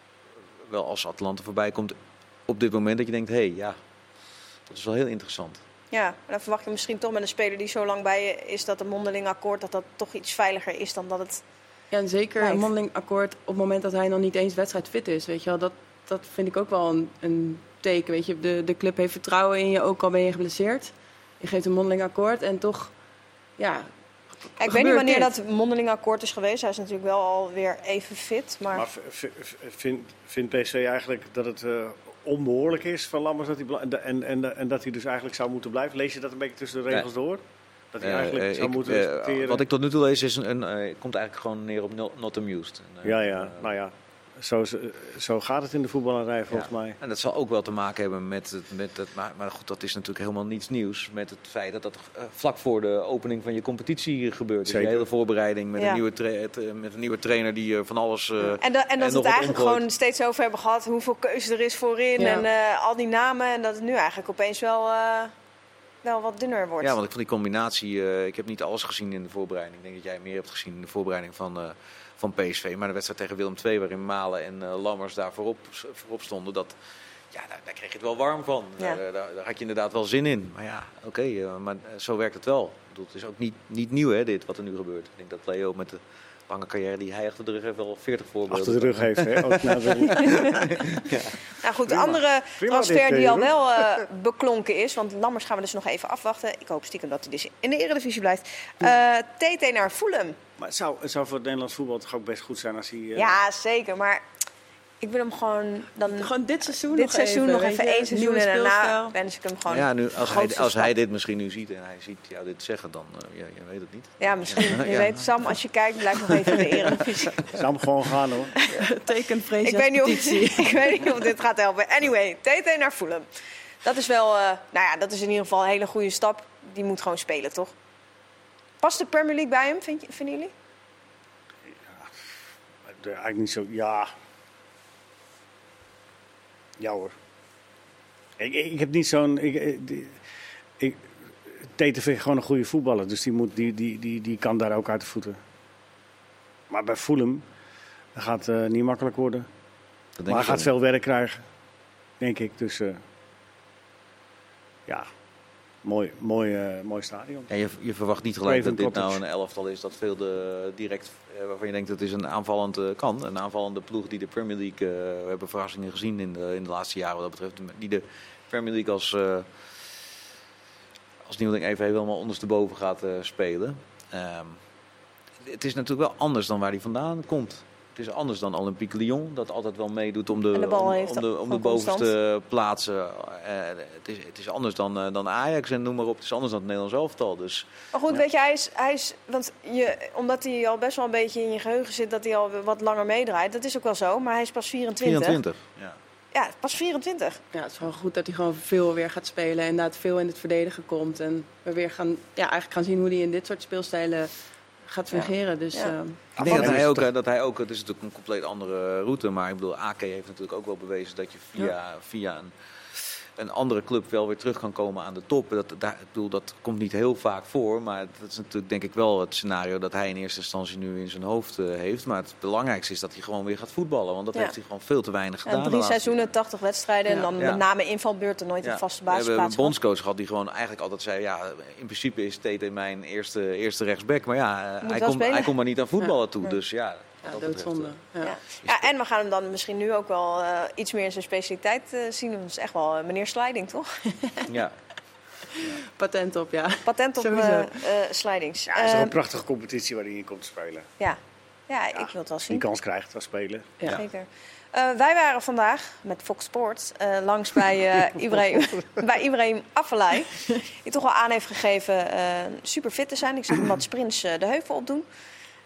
wel als Atalanta voorbij komt op dit moment. Dat je denkt, hé, hey, ja, dat is wel heel interessant. Ja, en dan verwacht je misschien toch met een speler die zo lang bij je is... dat een mondeling akkoord dat dat toch iets veiliger is dan dat het... Ja, en zeker blijft. Een mondeling akkoord op het moment dat hij nog niet eens wedstrijdfit is. Weet je wel, dat, dat vind ik ook wel een, een teken. Weet je, de, de club heeft vertrouwen in je, ook al ben je geblesseerd. Je geeft een mondeling akkoord en toch, ja... Ja, ik weet niet wanneer dit. dat mondeling akkoord is geweest. Hij is natuurlijk wel alweer even fit. Maar, maar vindt vind P S V eigenlijk dat het uh, onbehoorlijk is van Lammers dat hij bla- en, en, en dat hij dus eigenlijk zou moeten blijven? Lees je dat een beetje tussen de regels nee. door? Dat hij uh, eigenlijk uh, zou ik, moeten uh, respecteren? Wat ik tot nu toe lees is een, een, uh, komt eigenlijk gewoon neer op no, not amused. En, uh, ja, ja, uh, nou ja. Zo, zo gaat het in de voetballerij volgens ja. mij. En dat zal ook wel te maken hebben met het... Met het maar, maar goed, dat is natuurlijk helemaal niets nieuws. Met het feit dat dat uh, vlak voor de opening van je competitie gebeurt. Dus de hele voorbereiding met, ja. een nieuwe tra- met een nieuwe trainer die uh, van alles... Uh, en, da- en dat we het eigenlijk omgooit. Gewoon steeds over hebben gehad. Hoeveel keuze er is voorin ja. en uh, al die namen. En dat het nu eigenlijk opeens wel... Uh, wel wat dunner wordt. Ja, want ik vond die combinatie... Uh, ik heb niet alles gezien in de voorbereiding. Ik denk dat jij meer hebt gezien in de voorbereiding van... Uh, van P S V, maar de wedstrijd tegen Willem twee, waarin Malen en uh, Lammers daar voorop, voorop stonden, dat, ja, daar, daar kreeg je het wel warm van. Ja. Daar, daar, daar had je inderdaad wel zin in. Maar ja, oké, okay, uh, maar uh, zo werkt het wel. Ik bedoel, het is ook niet, niet nieuw, hè, dit, wat er nu gebeurt. Ik denk dat Leo met de lange carrière die hij achter de rug heeft wel veertig voorbeelden. Achter de rug heeft, hè? Ook na de... ja. Nou goed, de andere Prima transfer die al wel uh, beklonken is, want Lammers gaan we dus nog even afwachten. Ik hoop stiekem dat hij dus in de Eredivisie blijft. Uh, T T naar Fulham. Maar het zou, het zou voor het Nederlands voetbal toch ook best goed zijn als hij... Uh... Ja, zeker, maar... Ik wil hem gewoon dan gewoon dit seizoen dit nog seizoen even, nog even één seizoen en daarna wens ik hem gewoon. Ja, nu als hij, als hij dit misschien nu ziet en hij ziet jou dit zeggen, dan uh, ja, je weet het niet. Ja, misschien. Je ja. weet, Sam, als je kijkt, blijf nog even in de Eredivisie. Sam gewoon gaan hoor. Ja. Teken vrees ik, weet niet of, ik weet niet of dit gaat helpen. Anyway, T T naar Fulham. Dat is wel, uh, nou ja, dat is in ieder geval een hele goede stap. Die moet gewoon spelen, toch? Past de Premier League bij hem, vind je, vinden jullie? Ja, eigenlijk niet zo. Ja. Ja hoor. Ik, ik, ik heb niet zo'n... Ik, ik, ik, T T V gewoon een goede voetballer. Dus die, moet, die, die, die, die kan daar ook uit de voeten. Maar bij Fulham dat gaat het uh, niet makkelijk worden. Dat maar hij gaat veel werk krijgen. Denk ik. Dus uh, ja, mooi, mooi, uh, mooi stadion. Ja, je, je verwacht niet gelijk Raven dat dit Cottage. Nou een elftal is dat veel de, direct... waarvan je denkt dat het is een aanvallende kan. Een aanvallende ploeg die de Premier League... Uh, we hebben verrassingen gezien in de, in de laatste jaren wat dat betreft. Die de Premier League als... Uh, als nieuweling even helemaal ondersteboven gaat uh, spelen. Um, het is natuurlijk wel anders dan waar hij vandaan komt. Het is anders dan Olympique Lyon, dat altijd wel meedoet om de, de, om, om de, om de bovenste plaatsen. Uh, het, is, het is anders dan, uh, dan Ajax en noem maar op. Het is anders dan het Nederlands elftal. Dus, maar goed, ja. weet je, hij is, hij is want je, omdat hij al best wel een beetje in je geheugen zit, dat hij al wat langer meedraait. Dat is ook wel zo, maar hij is pas vierentwintig. vierentwintig, ja. Ja, pas vierentwintig. Ja, het is wel goed dat hij gewoon veel weer gaat spelen en inderdaad veel in het verdedigen komt. En we weer gaan, ja, eigenlijk gaan zien hoe hij in dit soort speelstijlen gaat fungeren. Ja. Dus, ja. uh, ik denk dat hij, ook, dat hij ook, het is natuurlijk een compleet andere route, maar ik bedoel, A K heeft natuurlijk ook wel bewezen dat je via, ja. via een, een andere club wel weer terug kan komen aan de top. Dat, dat, ik bedoel, dat komt niet heel vaak voor, maar dat is natuurlijk denk ik wel het scenario dat hij in eerste instantie nu in zijn hoofd uh, heeft. Maar het belangrijkste is dat hij gewoon weer gaat voetballen, want dat ja. heeft hij gewoon veel te weinig gedaan. En drie seizoenen, tachtig wedstrijden ja. en dan ja. met name invalbeurten, nooit ja. een vaste basisplaats. We hebben een bondscoach gehad die gewoon eigenlijk altijd zei, ja, in principe is T T mijn eerste, eerste rechtsback, maar ja, hij komt hij kom maar niet aan voetballen ja. toe, ja. dus ja. Ja, doodzonde. Ja. Ja. Ja, en we gaan hem dan misschien nu ook wel uh, iets meer in zijn specialiteit uh, zien. Dat is echt wel uh, meneer Sliding, toch? Ja. Patent op, ja. Patent op uh, uh, slidings. Ja, het is uh, een prachtige competitie waar hij in komt te spelen. Ja. Ja, ja, ik wil het wel zien. Die kans krijgt wel spelen. Ja. Zeker. Uh, wij waren vandaag met Fox Sports uh, langs bij, uh, Ibrahim, bij Ibrahim Afellay. Die toch wel aan heeft gegeven uh, super fit te zijn. Ik zag hem wat sprints uh, de heuvel opdoen.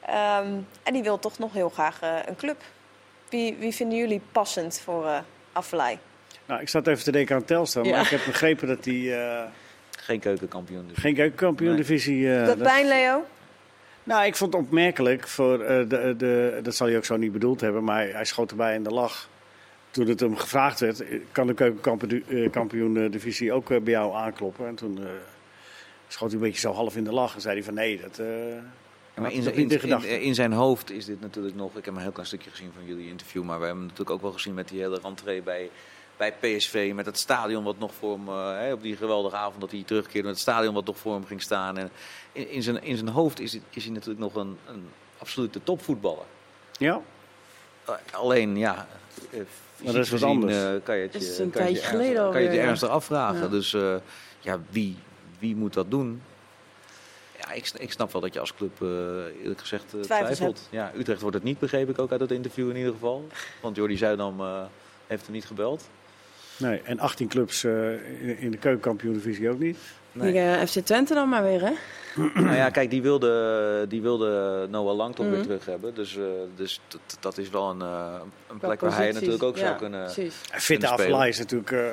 Um, en die wil toch nog heel graag uh, een club. Wie, wie vinden jullie passend voor uh, Afellay? Nou, ik zat even te denken aan Telstar, Ja. maar ik heb begrepen dat die... Uh, geen keukenkampioen. Dus. Geen keukenkampioen-divisie. Uh, Doet dat pijn, Leo? Nou, ik vond het opmerkelijk. Voor, uh, de, de, dat zal hij ook zo niet bedoeld hebben, maar hij schoot erbij in de lach. Toen het hem gevraagd werd, kan de keukenkampioen-divisie ook uh, bij jou aankloppen? En toen uh, schoot hij een beetje zo half in de lach en zei hij van nee, dat... Uh, Ja, maar in, zijn, in, in, in zijn hoofd is dit natuurlijk nog... Ik heb een heel klein stukje gezien van jullie interview... maar we hebben natuurlijk ook wel gezien met die hele rentree bij, bij P S V... met het stadion wat nog voor hem... Uh, hè, op die geweldige avond dat hij terugkeerde... met het stadion wat nog voor hem ging staan. En in, in, zijn, in zijn hoofd is, is hij natuurlijk nog een, een absolute topvoetballer. Ja. Uh, alleen, ja... Uh, maar dat is wat anders. Uh, kan je het je, is een kan je tijdje geleden ernstig, kan je het alweer, ernstig afvragen. Ja. Dus uh, ja, wie, wie moet dat doen? Ja, ik, ik snap wel dat je als club uh, eerlijk gezegd uh, twijfelt. Ja, Utrecht wordt het niet, begreep ik ook uit het interview in ieder geval. Want Jordi Zuidam uh, heeft hem niet gebeld. Nee, en achttien clubs uh, in, in de keukenkampioen-divisie ook niet. Nee. Die, uh, F C Twente dan maar weer, hè? Nou ja, kijk, die wilde, die wilde Noah Lang toch Mm-hmm. weer terug hebben. Dus, uh, dus dat, dat is wel een, uh, een plek Wel waar hij posities. natuurlijk ook ja, zou kunnen, precies. Fitte Afellay is natuurlijk... Uh,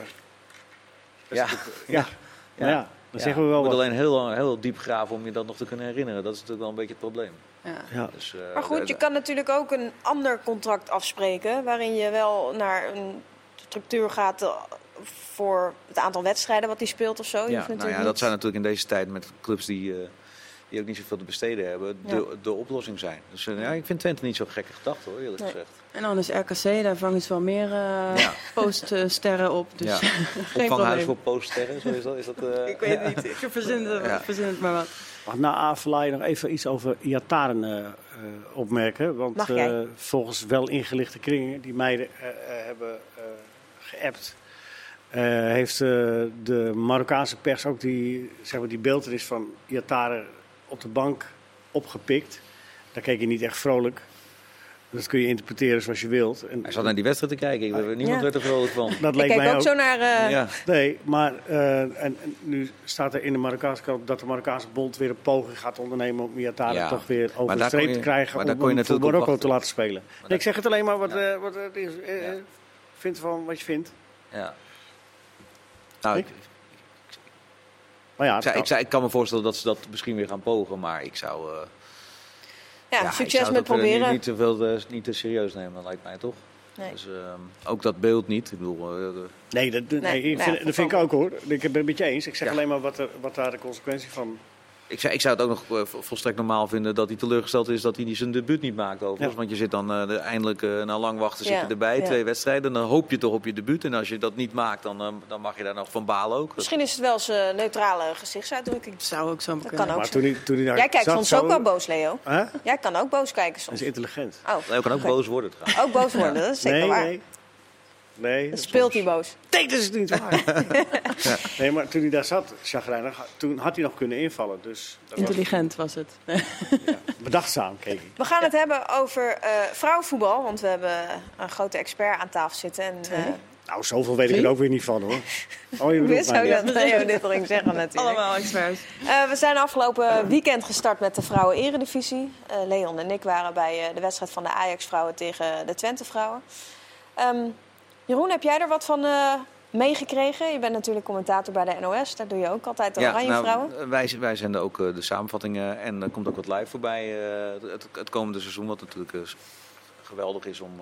ja. is natuurlijk ja. Ja. ja, dan ja. zeggen we wel Je moet wat. alleen heel, heel diep graven om je dat nog te kunnen herinneren. Dat is natuurlijk wel een beetje het probleem. Ja. Ja. Dus, uh, Maar goed, je kan natuurlijk ook een ander contract afspreken... waarin je wel naar een structuur gaat... Uh, voor het aantal wedstrijden wat hij speelt of zo. Je Ja, nou ja, niet... dat zijn natuurlijk in deze tijd met clubs die, uh, die ook niet zoveel te besteden hebben, Ja. de, de oplossing zijn. Dus uh, ja, ik vind Twente niet zo'n gekke gedachte hoor, eerlijk Nee. gezegd. En dan is R K C, daar vangen ze wel meer uh, Ja. poststerren op. Dus Ja. geen Opvanghuis probleem. voor poststerren, zo is dat? Is dat uh... Ik weet het niet, ik verzin het, Ja. verzin het maar wat. Mag na Afellay nog even iets over Iataren uh, uh, opmerken. Want Mag jij? uh, volgens wel ingelichte kringen die meiden uh, uh, hebben uh, geappt... Uh, heeft uh, de Marokkaanse pers ook die, zeg maar, die beeltenis van Iataren op de bank opgepikt. Daar keek je niet echt vrolijk. Dat kun je interpreteren zoals je wilt. En, Hij zat naar die wedstrijd te kijken, ik, niemand Ja. werd er vrolijk van. dat Ik leek kijk mij ook, ook. zo naar... Uh, Ja. Nee, maar uh, en, en nu staat er in de Marokkaanse kant dat de Marokkaanse bond weer een poging gaat ondernemen om Iataren Ja. toch weer over Maar de daar streep kon je- te krijgen maar om daar kon je hem voor natuurlijk op Marokko wachten. te laten spelen. Nee, daar- ik zeg het alleen maar wat, Ja. uh, wat het is. Uh, Ja. Vind van wat je vindt. Ja. Nou, ik, Ik? Maar ja, ik, zou, het ik, zou, ik kan me voorstellen dat ze dat misschien weer gaan pogen, maar ik zou... Uh, ja, ja, ik succes zou met het ook, uh, proberen. Niet, niet te veel uh, niet te serieus nemen, lijkt mij toch? Nee. Dus uh, ook dat beeld niet. Ik bedoel, uh, de, Nee, dat, nee, Nee, ik nou vind, ja, dat vind ik ook hoor. Ik ben het met je eens. Ik zeg Ja. alleen maar wat, er, wat daar de consequentie van... Ik zou, ik zou het ook nog uh, volstrekt normaal vinden dat hij teleurgesteld is dat hij die zijn debuut niet maakt overigens. Ja. Want je zit dan uh, de, eindelijk uh, na lang wachten zit Ja, je erbij, ja. twee wedstrijden. Dan hoop je toch op je debuut. En als je dat niet maakt, dan, uh, dan mag je daar nog van balen ook. Misschien is het wel zijn neutrale gezichtsuitdrukking. Zou ook zo Dat kunnen. kan ook Maar zo. toen hij, toen hij daar Jij kijkt zat, soms zo- ook wel boos, Leo. Huh? Jij kan ook boos kijken Dat soms. is intelligent. Oh, Leo kan ook oké. boos worden trouwens. Ook boos worden, dat is zeker nee, waar. nee. Nee, Dan dat is speelt hij soms- boos. Nee, dat is niet waar. Nee, maar toen hij daar zat, chagrijnig, toen had hij nog kunnen invallen. Dus dat was Intelligent was het. bedachtzaam, keek ik. We gaan het hebben over uh, vrouwenvoetbal. Want we hebben een grote expert aan tafel zitten. En, uh, Nou, zoveel weet ik Zie? er ook weer niet van hoor. Oh, je hoe bedoelt is mij zo niet. dat Leo dit ging zeggen natuurlijk. Allemaal experts. Uh, we zijn afgelopen weekend gestart met de vrouwen-eredivisie. Uh, Leon en ik waren bij uh, de wedstrijd van de Ajax-vrouwen tegen de Twente-vrouwen. Um, Jeroen, heb jij er wat van uh, meegekregen? Je bent natuurlijk commentator bij de N O S. Daar doe je ook altijd de Oranje nou, Vrouwen. wij, wij zenden ook uh, de samenvattingen en er komt ook wat live voorbij uh, het, het komende seizoen. Wat natuurlijk uh, geweldig is om... Uh,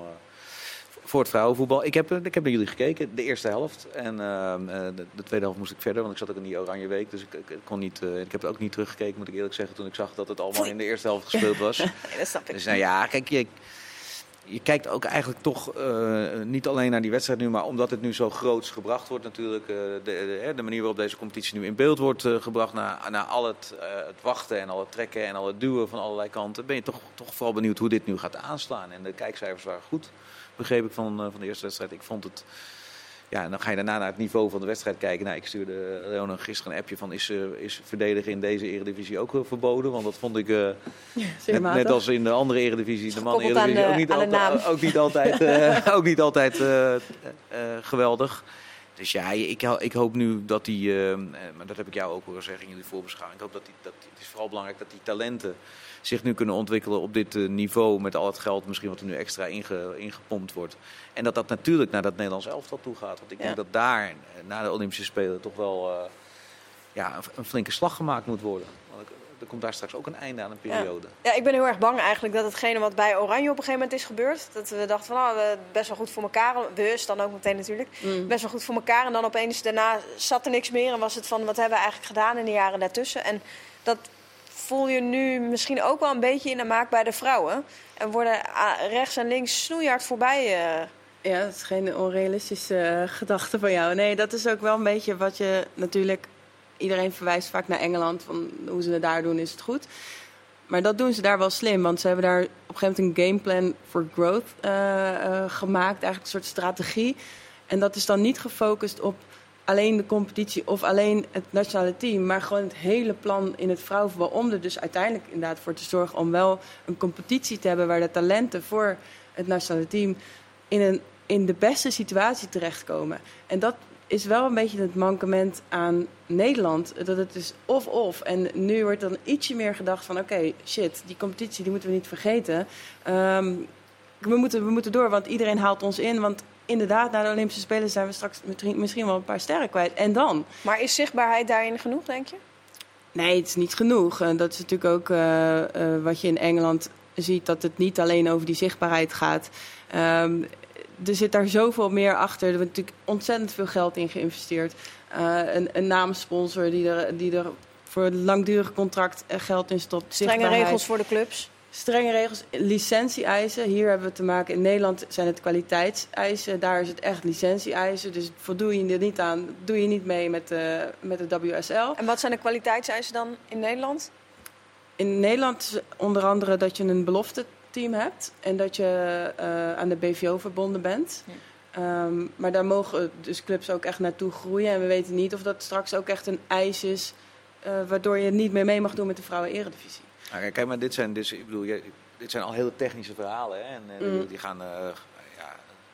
voor het vrouwenvoetbal. Ik heb, ik heb naar jullie gekeken, de eerste helft. En uh, de, de tweede helft moest ik verder, want ik zat ook in die Oranje Week. Dus ik, ik, ik kon niet, uh, ik heb het ook niet teruggekeken, moet ik eerlijk zeggen, toen ik zag dat het allemaal in de eerste helft gespeeld was. Nee, dat snap ik. Dus nou ja, kijk, je, je kijkt ook eigenlijk toch uh, niet alleen naar die wedstrijd nu, maar omdat het nu zo groots gebracht wordt natuurlijk. Uh, de, de, de manier waarop deze competitie nu in beeld wordt uh, gebracht, na, na al het, uh, het wachten en al het trekken en al het duwen van allerlei kanten, ben je toch, toch vooral benieuwd hoe dit nu gaat aanslaan. En de kijkcijfers waren goed, begreep ik van, uh, van de eerste wedstrijd. Ik vond het... Ja, en dan ga je daarna naar het niveau van de wedstrijd kijken. Nou, ik stuurde Leon gisteren een appje van... is, uh, is verdedigen in deze eredivisie ook uh, verboden? Want dat vond ik, uh, net, net als in de andere eredivisie... de man-eredivisie ook, niet aan de altijd- ook niet altijd, uh, ook niet altijd uh, uh, geweldig. Dus ja, ik, ik hoop nu dat die, uh, maar dat heb ik jou ook horen zeggen in jullie voorbeschouwing. Ik hoop dat die, dat die, het is vooral belangrijk dat die talenten zich nu kunnen ontwikkelen op dit uh, niveau. Met al het geld misschien wat er nu extra inge, ingepompt wordt. En dat dat natuurlijk naar dat Nederlands elftal toe gaat. Want ik ja. denk dat daar na de Olympische Spelen toch wel uh, ja, een, een flinke slag gemaakt moet worden. Want er komt daar straks ook een einde aan een periode. Ja. ja, ik ben heel erg bang eigenlijk dat hetgene wat bij Oranje op een gegeven moment is gebeurd. Dat we dachten van nou, we hebben best wel goed voor elkaar. Bewust dan ook meteen natuurlijk. Mm. Best wel goed voor elkaar. En dan opeens daarna zat er niks meer. En was het van wat hebben we eigenlijk gedaan in de jaren daartussen. En dat voel je nu misschien ook wel een beetje in de maak bij de vrouwen. En worden rechts en links snoeihard voorbij. Uh... Ja, dat is geen onrealistische uh, gedachte van jou. Nee, dat is ook wel een beetje wat je natuurlijk... Iedereen verwijst vaak naar Engeland. Van hoe ze het daar doen is het goed. Maar dat doen ze daar wel slim. Want ze hebben daar op een gegeven moment een gameplan for growth uh, uh, gemaakt. Eigenlijk een soort strategie. En dat is dan niet gefocust op alleen de competitie of alleen het nationale team. Maar gewoon het hele plan in het vrouwenvoetbal. Om er dus uiteindelijk inderdaad voor te zorgen om wel een competitie te hebben waar de talenten voor het nationale team in, een, in de beste situatie terechtkomen. En dat is wel een beetje het mankement aan Nederland. Dat het is of-of. En nu wordt dan ietsje meer gedacht van... oké, okay, shit, die competitie die moeten we niet vergeten. Um, we, moeten, we moeten door, want iedereen haalt ons in. Want inderdaad, na de Olympische Spelen zijn we straks misschien wel een paar sterren kwijt. En dan? Maar is zichtbaarheid daarin genoeg, denk je? Nee, het is niet genoeg. En dat is natuurlijk ook uh, uh, wat je in Engeland ziet... dat het niet alleen over die zichtbaarheid gaat... Um, Er zit daar zoveel meer achter. Er wordt natuurlijk ontzettend veel geld in geïnvesteerd. Uh, een, een naamsponsor die er, die er voor een langdurig contract geld in stopt. Strenge regels voor de clubs. Strenge regels, licentie-eisen. Hier hebben we te maken. In Nederland zijn het kwaliteitseisen. Daar is het echt licentie-eisen. Dus voldoe je er niet aan, doe je niet mee met de, met de W S L. En wat zijn de kwaliteitseisen dan in Nederland? In Nederland is onder andere dat je een belofte team hebt en dat je uh, aan de B V O verbonden bent. Ja. Um, maar daar mogen dus clubs ook echt naartoe groeien. En we weten niet of dat straks ook echt een eis is uh, waardoor je niet meer mee mag doen met de vrouwen-eredivisie. Nou, kijk, maar dit zijn, dus, ik bedoel, dit zijn al hele technische verhalen. Hè? En uh, mm. die gaan, uh, ja,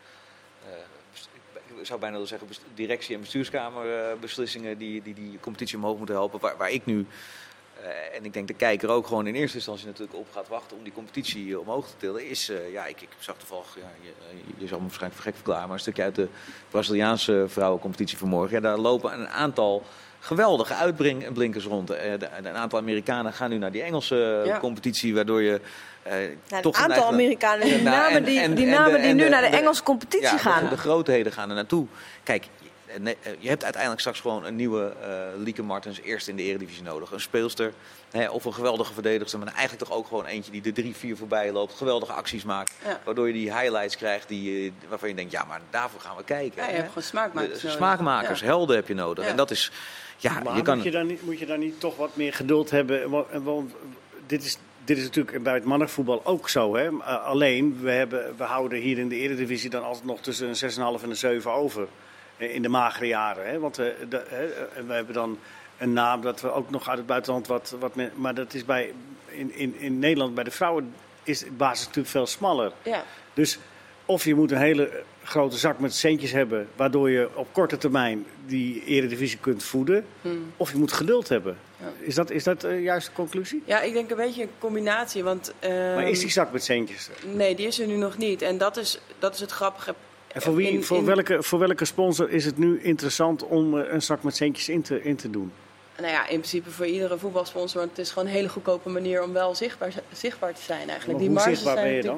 uh, ik zou bijna willen zeggen, directie- en bestuurskamerbeslissingen die, die die competitie omhoog moeten helpen. Waar, waar ik nu... Uh, en ik denk de kijker ook gewoon in eerste instantie natuurlijk op gaat wachten om die competitie uh, omhoog te tillen. Is, uh, ja, ik, ik zag toevallig, ja, je, je zal me waarschijnlijk voor gek verklaren, maar een stukje uit de Braziliaanse vrouwencompetitie vanmorgen. Ja, daar lopen een aantal geweldige uitblinkers rond. Uh, de, een aantal Amerikanen gaan nu naar die Engelse ja. competitie, waardoor je... Uh, ja, toch een aantal Amerikanen, die namen die, en, die, namen en de, die nu de, naar de, de Engelse competitie ja, gaan. De, de grootheden gaan er naartoe. Kijk, je hebt uiteindelijk straks gewoon een nieuwe uh, Lieke Martens eerst in de Eredivisie nodig. Een speelster hè, of een geweldige verdedigster. Maar eigenlijk toch ook gewoon eentje die de drie, vier voorbij loopt. Geweldige acties maakt. Ja. Waardoor je die highlights krijgt die, uh, waarvan je denkt, ja, maar daarvoor gaan we kijken. Ja, je hebt gewoon smaakmakers de, Smaakmakers, ja. helden heb je nodig. Ja. En dat is... Ja, maar je kan... moet, je dan niet, moet je dan niet toch wat meer geduld hebben? Want, want dit is... Dit is natuurlijk bij het mannenvoetbal ook zo. Hè? Uh, alleen, we, hebben, we houden hier in de Eredivisie dan altijd nog tussen een zes komma vijf en een zeven over. In de magere jaren. Hè? Want uh, de, uh, we hebben dan een naam dat we ook nog uit het buitenland wat... wat meer, maar dat is bij, in, in, in Nederland bij de vrouwen is de basis natuurlijk veel smaller. Ja. Dus of je moet een hele grote zak met centjes hebben... waardoor je op korte termijn die Eredivisie kunt voeden. Hmm. Of je moet geduld hebben. Ja. Is dat, is dat de juiste conclusie? Ja, ik denk een beetje een combinatie. Want, uh, maar is die zak met centjes? Nee, die is er nu nog niet. En dat is, dat is het grappige... En voor, wie, in, voor, in... Welke, voor welke sponsor is het nu interessant om een zak met centjes in te, in te doen? Nou ja, in principe voor iedere voetbalsponsor. Want het is gewoon een hele goedkope manier om wel zichtbaar, zichtbaar te zijn eigenlijk. Die hoe zichtbaar ben je dan?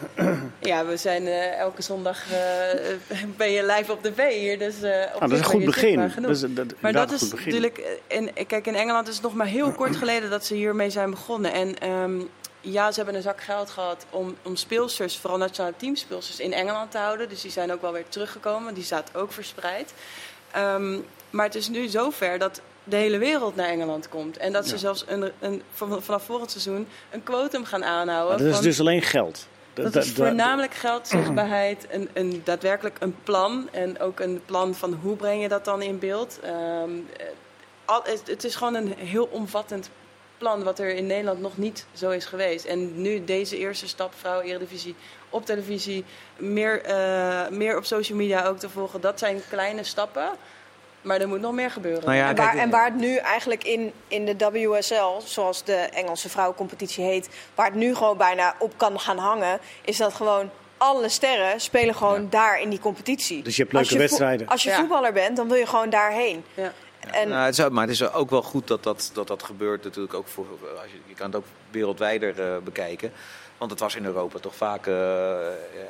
Ja, we zijn uh, elke zondag uh, ben je live op de tv hier. Dus, uh, op ah, dat is een goed begin. Dat is, dat, maar dat is natuurlijk... In, kijk, in Engeland is het nog maar heel kort geleden dat ze hiermee zijn begonnen. En... Um, ja, ze hebben een zak geld gehad om, om speelsters, vooral nationale teamspeelsters, in Engeland te houden. Dus die zijn ook wel weer teruggekomen. Die staat ook verspreid. Um, maar het is nu zover dat de hele wereld naar Engeland komt. En dat ze ja. zelfs een, een, vanaf volgend seizoen een quotum gaan aanhouden. Maar dat van, is dus alleen geld? Dat is voornamelijk geld, zichtbaarheid, een, een, daadwerkelijk een plan. En ook een plan van hoe breng je dat dan in beeld. Um, al, het, het is gewoon een heel omvattend plan wat er in Nederland nog niet zo is geweest. En nu deze eerste stap, vrouwen-eredivisie op televisie, meer, uh, meer op social media ook te volgen. Dat zijn kleine stappen, maar er moet nog meer gebeuren. Nou ja, en, waar, en waar het nu eigenlijk in, in de W S L, zoals de Engelse vrouwencompetitie heet, waar het nu gewoon bijna op kan gaan hangen, is dat gewoon alle sterren spelen gewoon ja. daar in die competitie. Dus je hebt leuke als je wedstrijden. Vo- als je ja. voetballer bent, dan wil je gewoon daarheen. Ja. En nou, het is, maar het is ook wel goed dat dat, dat, dat gebeurt natuurlijk ook voor, als je, je kan het ook wereldwijder uh, bekijken. Want het was in Europa toch vaak, uh, uh,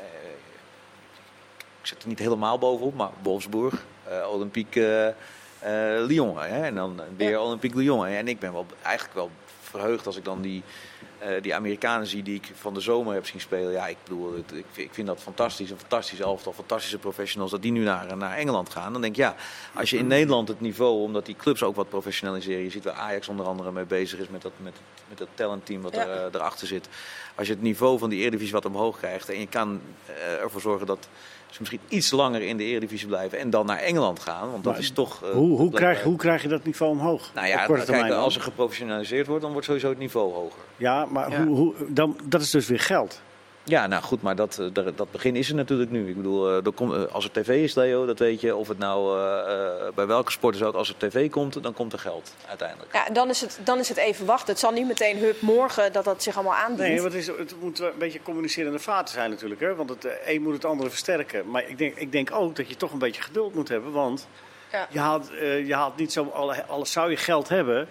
ik zit er niet helemaal bovenop, maar Wolfsburg, uh, Olympique uh, uh, Lyon hè, en dan weer ja. Olympique Lyon. En ik ben wel eigenlijk wel verheugd als ik dan die, uh, die Amerikanen zie die ik van de zomer heb zien spelen. Ja, ik bedoel, het, ik, ik vind dat fantastisch, een fantastisch elftal, fantastische professionals, dat die nu naar, naar Engeland gaan. Dan denk ik, ja, als je in Nederland het niveau, omdat die clubs ook wat professionaliseren, je ziet waar Ajax onder andere mee bezig is met dat, met, met dat talentteam wat ja. er, uh, erachter zit. Als je het niveau van die Eredivisie wat omhoog krijgt en je kan uh, ervoor zorgen dat ze misschien iets langer in de Eredivisie blijven en dan naar Engeland gaan, want dat maar is toch... Uh, hoe, hoe, krijg, hoe krijg je dat niveau omhoog? Nou ja, kijk, als er geprofessionaliseerd wordt, dan wordt sowieso het niveau hoger. Ja, maar ja. Hoe, hoe, dan, dat is dus weer geld. Ja, nou goed, maar dat, dat, dat begin is er natuurlijk nu. Ik bedoel, er, als er tv is, Leo, dat weet je. Of het nou uh, bij welke sport is ook, als er tv komt, dan komt er geld uiteindelijk. Ja, dan is het, dan is het even wachten. Het zal niet meteen hup morgen dat dat zich allemaal aandient. Nee, want het, is, het moet een beetje communicerende vaten zijn natuurlijk. Hè? Want het een moet het andere versterken. Maar ik denk, ik denk ook dat je toch een beetje geduld moet hebben. Want ja. je, haalt, uh, je haalt niet zo, alles zou je geld hebben,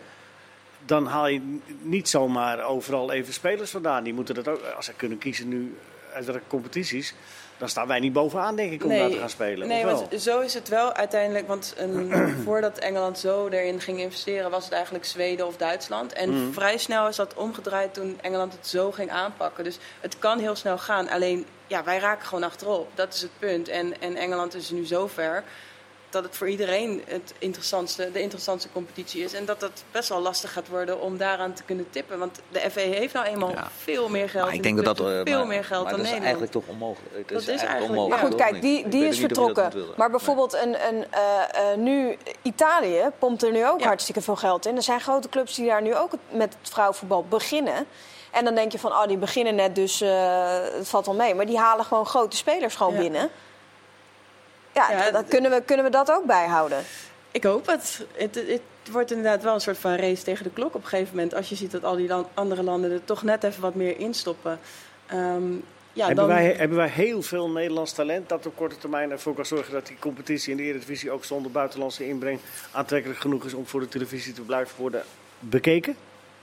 dan haal je niet zomaar overal even spelers vandaan. Die moeten dat ook, als ze kunnen kiezen nu uit welke competities, dan staan wij niet bovenaan, denk ik, om nee, daar te gaan spelen. Nee, want zo is het wel uiteindelijk. Want een, voordat Engeland zo erin ging investeren, was het eigenlijk Zweden of Duitsland. En mm. vrij snel is dat omgedraaid toen Engeland het zo ging aanpakken. Dus het kan heel snel gaan. Alleen, ja, wij raken gewoon achterop. Dat is het punt. En, en Engeland is nu zo ver dat het voor iedereen het interessantste, de interessantste competitie is. En dat het best wel lastig gaat worden om daaraan te kunnen tippen. Want de F A heeft nou eenmaal ja. veel meer geld. Maar ik denk dat dat uh, veel maar, meer geld maar dan dat is Nederland. eigenlijk toch onmogelijk. Het dat is, is eigenlijk, eigenlijk onmogelijk. Maar goed, kijk, die, die is vertrokken. Maar bijvoorbeeld nee. een, een, uh, uh, nu Italië pompt er nu ook ja. hartstikke veel geld in. Er zijn grote clubs die daar nu ook met het vrouwenvoetbal beginnen. En dan denk je van, oh, die beginnen net, dus uh, het valt wel mee. Maar die halen gewoon grote spelers gewoon ja. binnen. Ja, ja dan kunnen we, kunnen we dat ook bijhouden. Ik hoop het. Het, het. het wordt inderdaad wel een soort van race tegen de klok op een gegeven moment. Als je ziet dat al die land, andere landen er toch net even wat meer instoppen. Um, ja, hebben, dan... wij, hebben wij heel veel Nederlands talent dat op korte termijn ervoor kan zorgen dat die competitie in de Eredivisie ook zonder buitenlandse inbreng aantrekkelijk genoeg is om voor de televisie te blijven worden bekeken?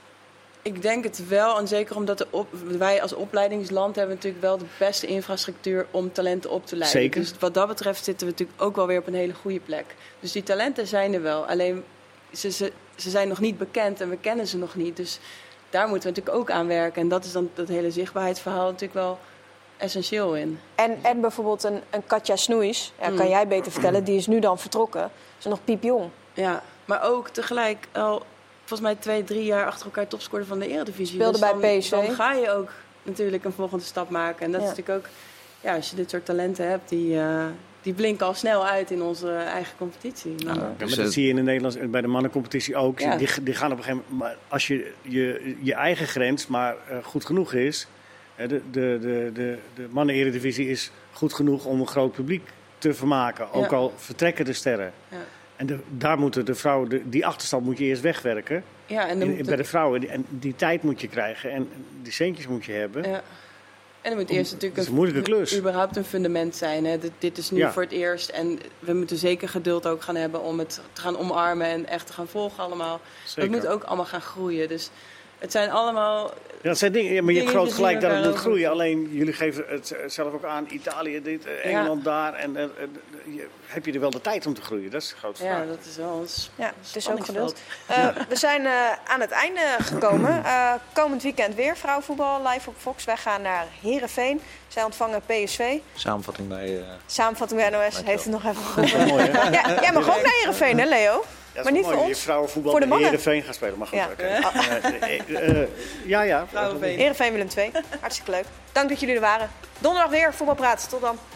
Ik denk het wel, en zeker omdat de op, wij als opleidingsland hebben natuurlijk wel de beste infrastructuur om talenten op te leiden. Zeker. Dus wat dat betreft zitten we natuurlijk ook wel weer op een hele goede plek. Dus die talenten zijn er wel, alleen ze, ze, ze zijn nog niet bekend en we kennen ze nog niet. Dus daar moeten we natuurlijk ook aan werken. En dat is dan dat hele zichtbaarheidsverhaal natuurlijk wel essentieel in. En, en bijvoorbeeld een, een Katja Snoeis, ja, kan mm. jij beter vertellen, die is nu dan vertrokken. Ze is nog piepjong. Ja, maar ook tegelijk al volgens mij twee, drie jaar achter elkaar topscorer van de Eredivisie. Speelde dus dan, bij P S V. Dan ga je ook natuurlijk een volgende stap maken. En dat ja. is natuurlijk ook, ja, als je dit soort talenten hebt, die, uh, die blinken al snel uit in onze eigen competitie. Ja, ja, maar dat zie je in de Nederlands, bij de mannencompetitie ook. Ja. Die, die gaan op een gegeven moment, als je je, je eigen grens maar uh, goed genoeg is, de, de, de, de, de mannen-Eredivisie is goed genoeg om een groot publiek te vermaken. Ook ja. al vertrekken de sterren. Ja. En de, daar moeten de vrouwen, de, die achterstand moet je eerst wegwerken. Ja, en in, bij de vrouwen. Die, en die tijd moet je krijgen en die centjes moet je hebben. Ja. En dan moet eerst natuurlijk een, een, moeilijke klus. überhaupt een fundament zijn. Hè. Dit, dit is nu ja. voor het eerst. En we moeten zeker geduld ook gaan hebben om het te gaan omarmen en echt te gaan volgen allemaal. Zeker. Dat moet ook allemaal gaan groeien. Dus het zijn allemaal... Ja, dat zijn dingen, ja, maar je hebt groot gelijk dat het moet groeien. Alleen jullie geven het zelf ook aan. Italië dit, Engeland ja. daar. En, en, en heb je er wel de tijd om te groeien? Dat is een grote vraag. Ja, dat is wel ons ja, het is ook geduld. Uh, we zijn uh, aan het einde gekomen. Uh, komend weekend weer vrouwenvoetbal live op Fox. Wij gaan naar Heerenveen. Zij ontvangen P S V. Samenvatting bij... Uh, Samenvatting bij N O S. Heeft het nog even geholpen. Mooi, hè? Ja, jij mag ook naar Heerenveen, hè Leo? Ja, maar niet mooi, voor ons. Vrouwenvoetbal voor de mannen. Heerenveen gaan spelen. Maar goed, ja. Okay. uh, uh, uh, ja, ja. Heerenveen Willem twee. Hartstikke leuk. Dank dat jullie er waren. Donderdag weer Voetbalpraat. Tot dan.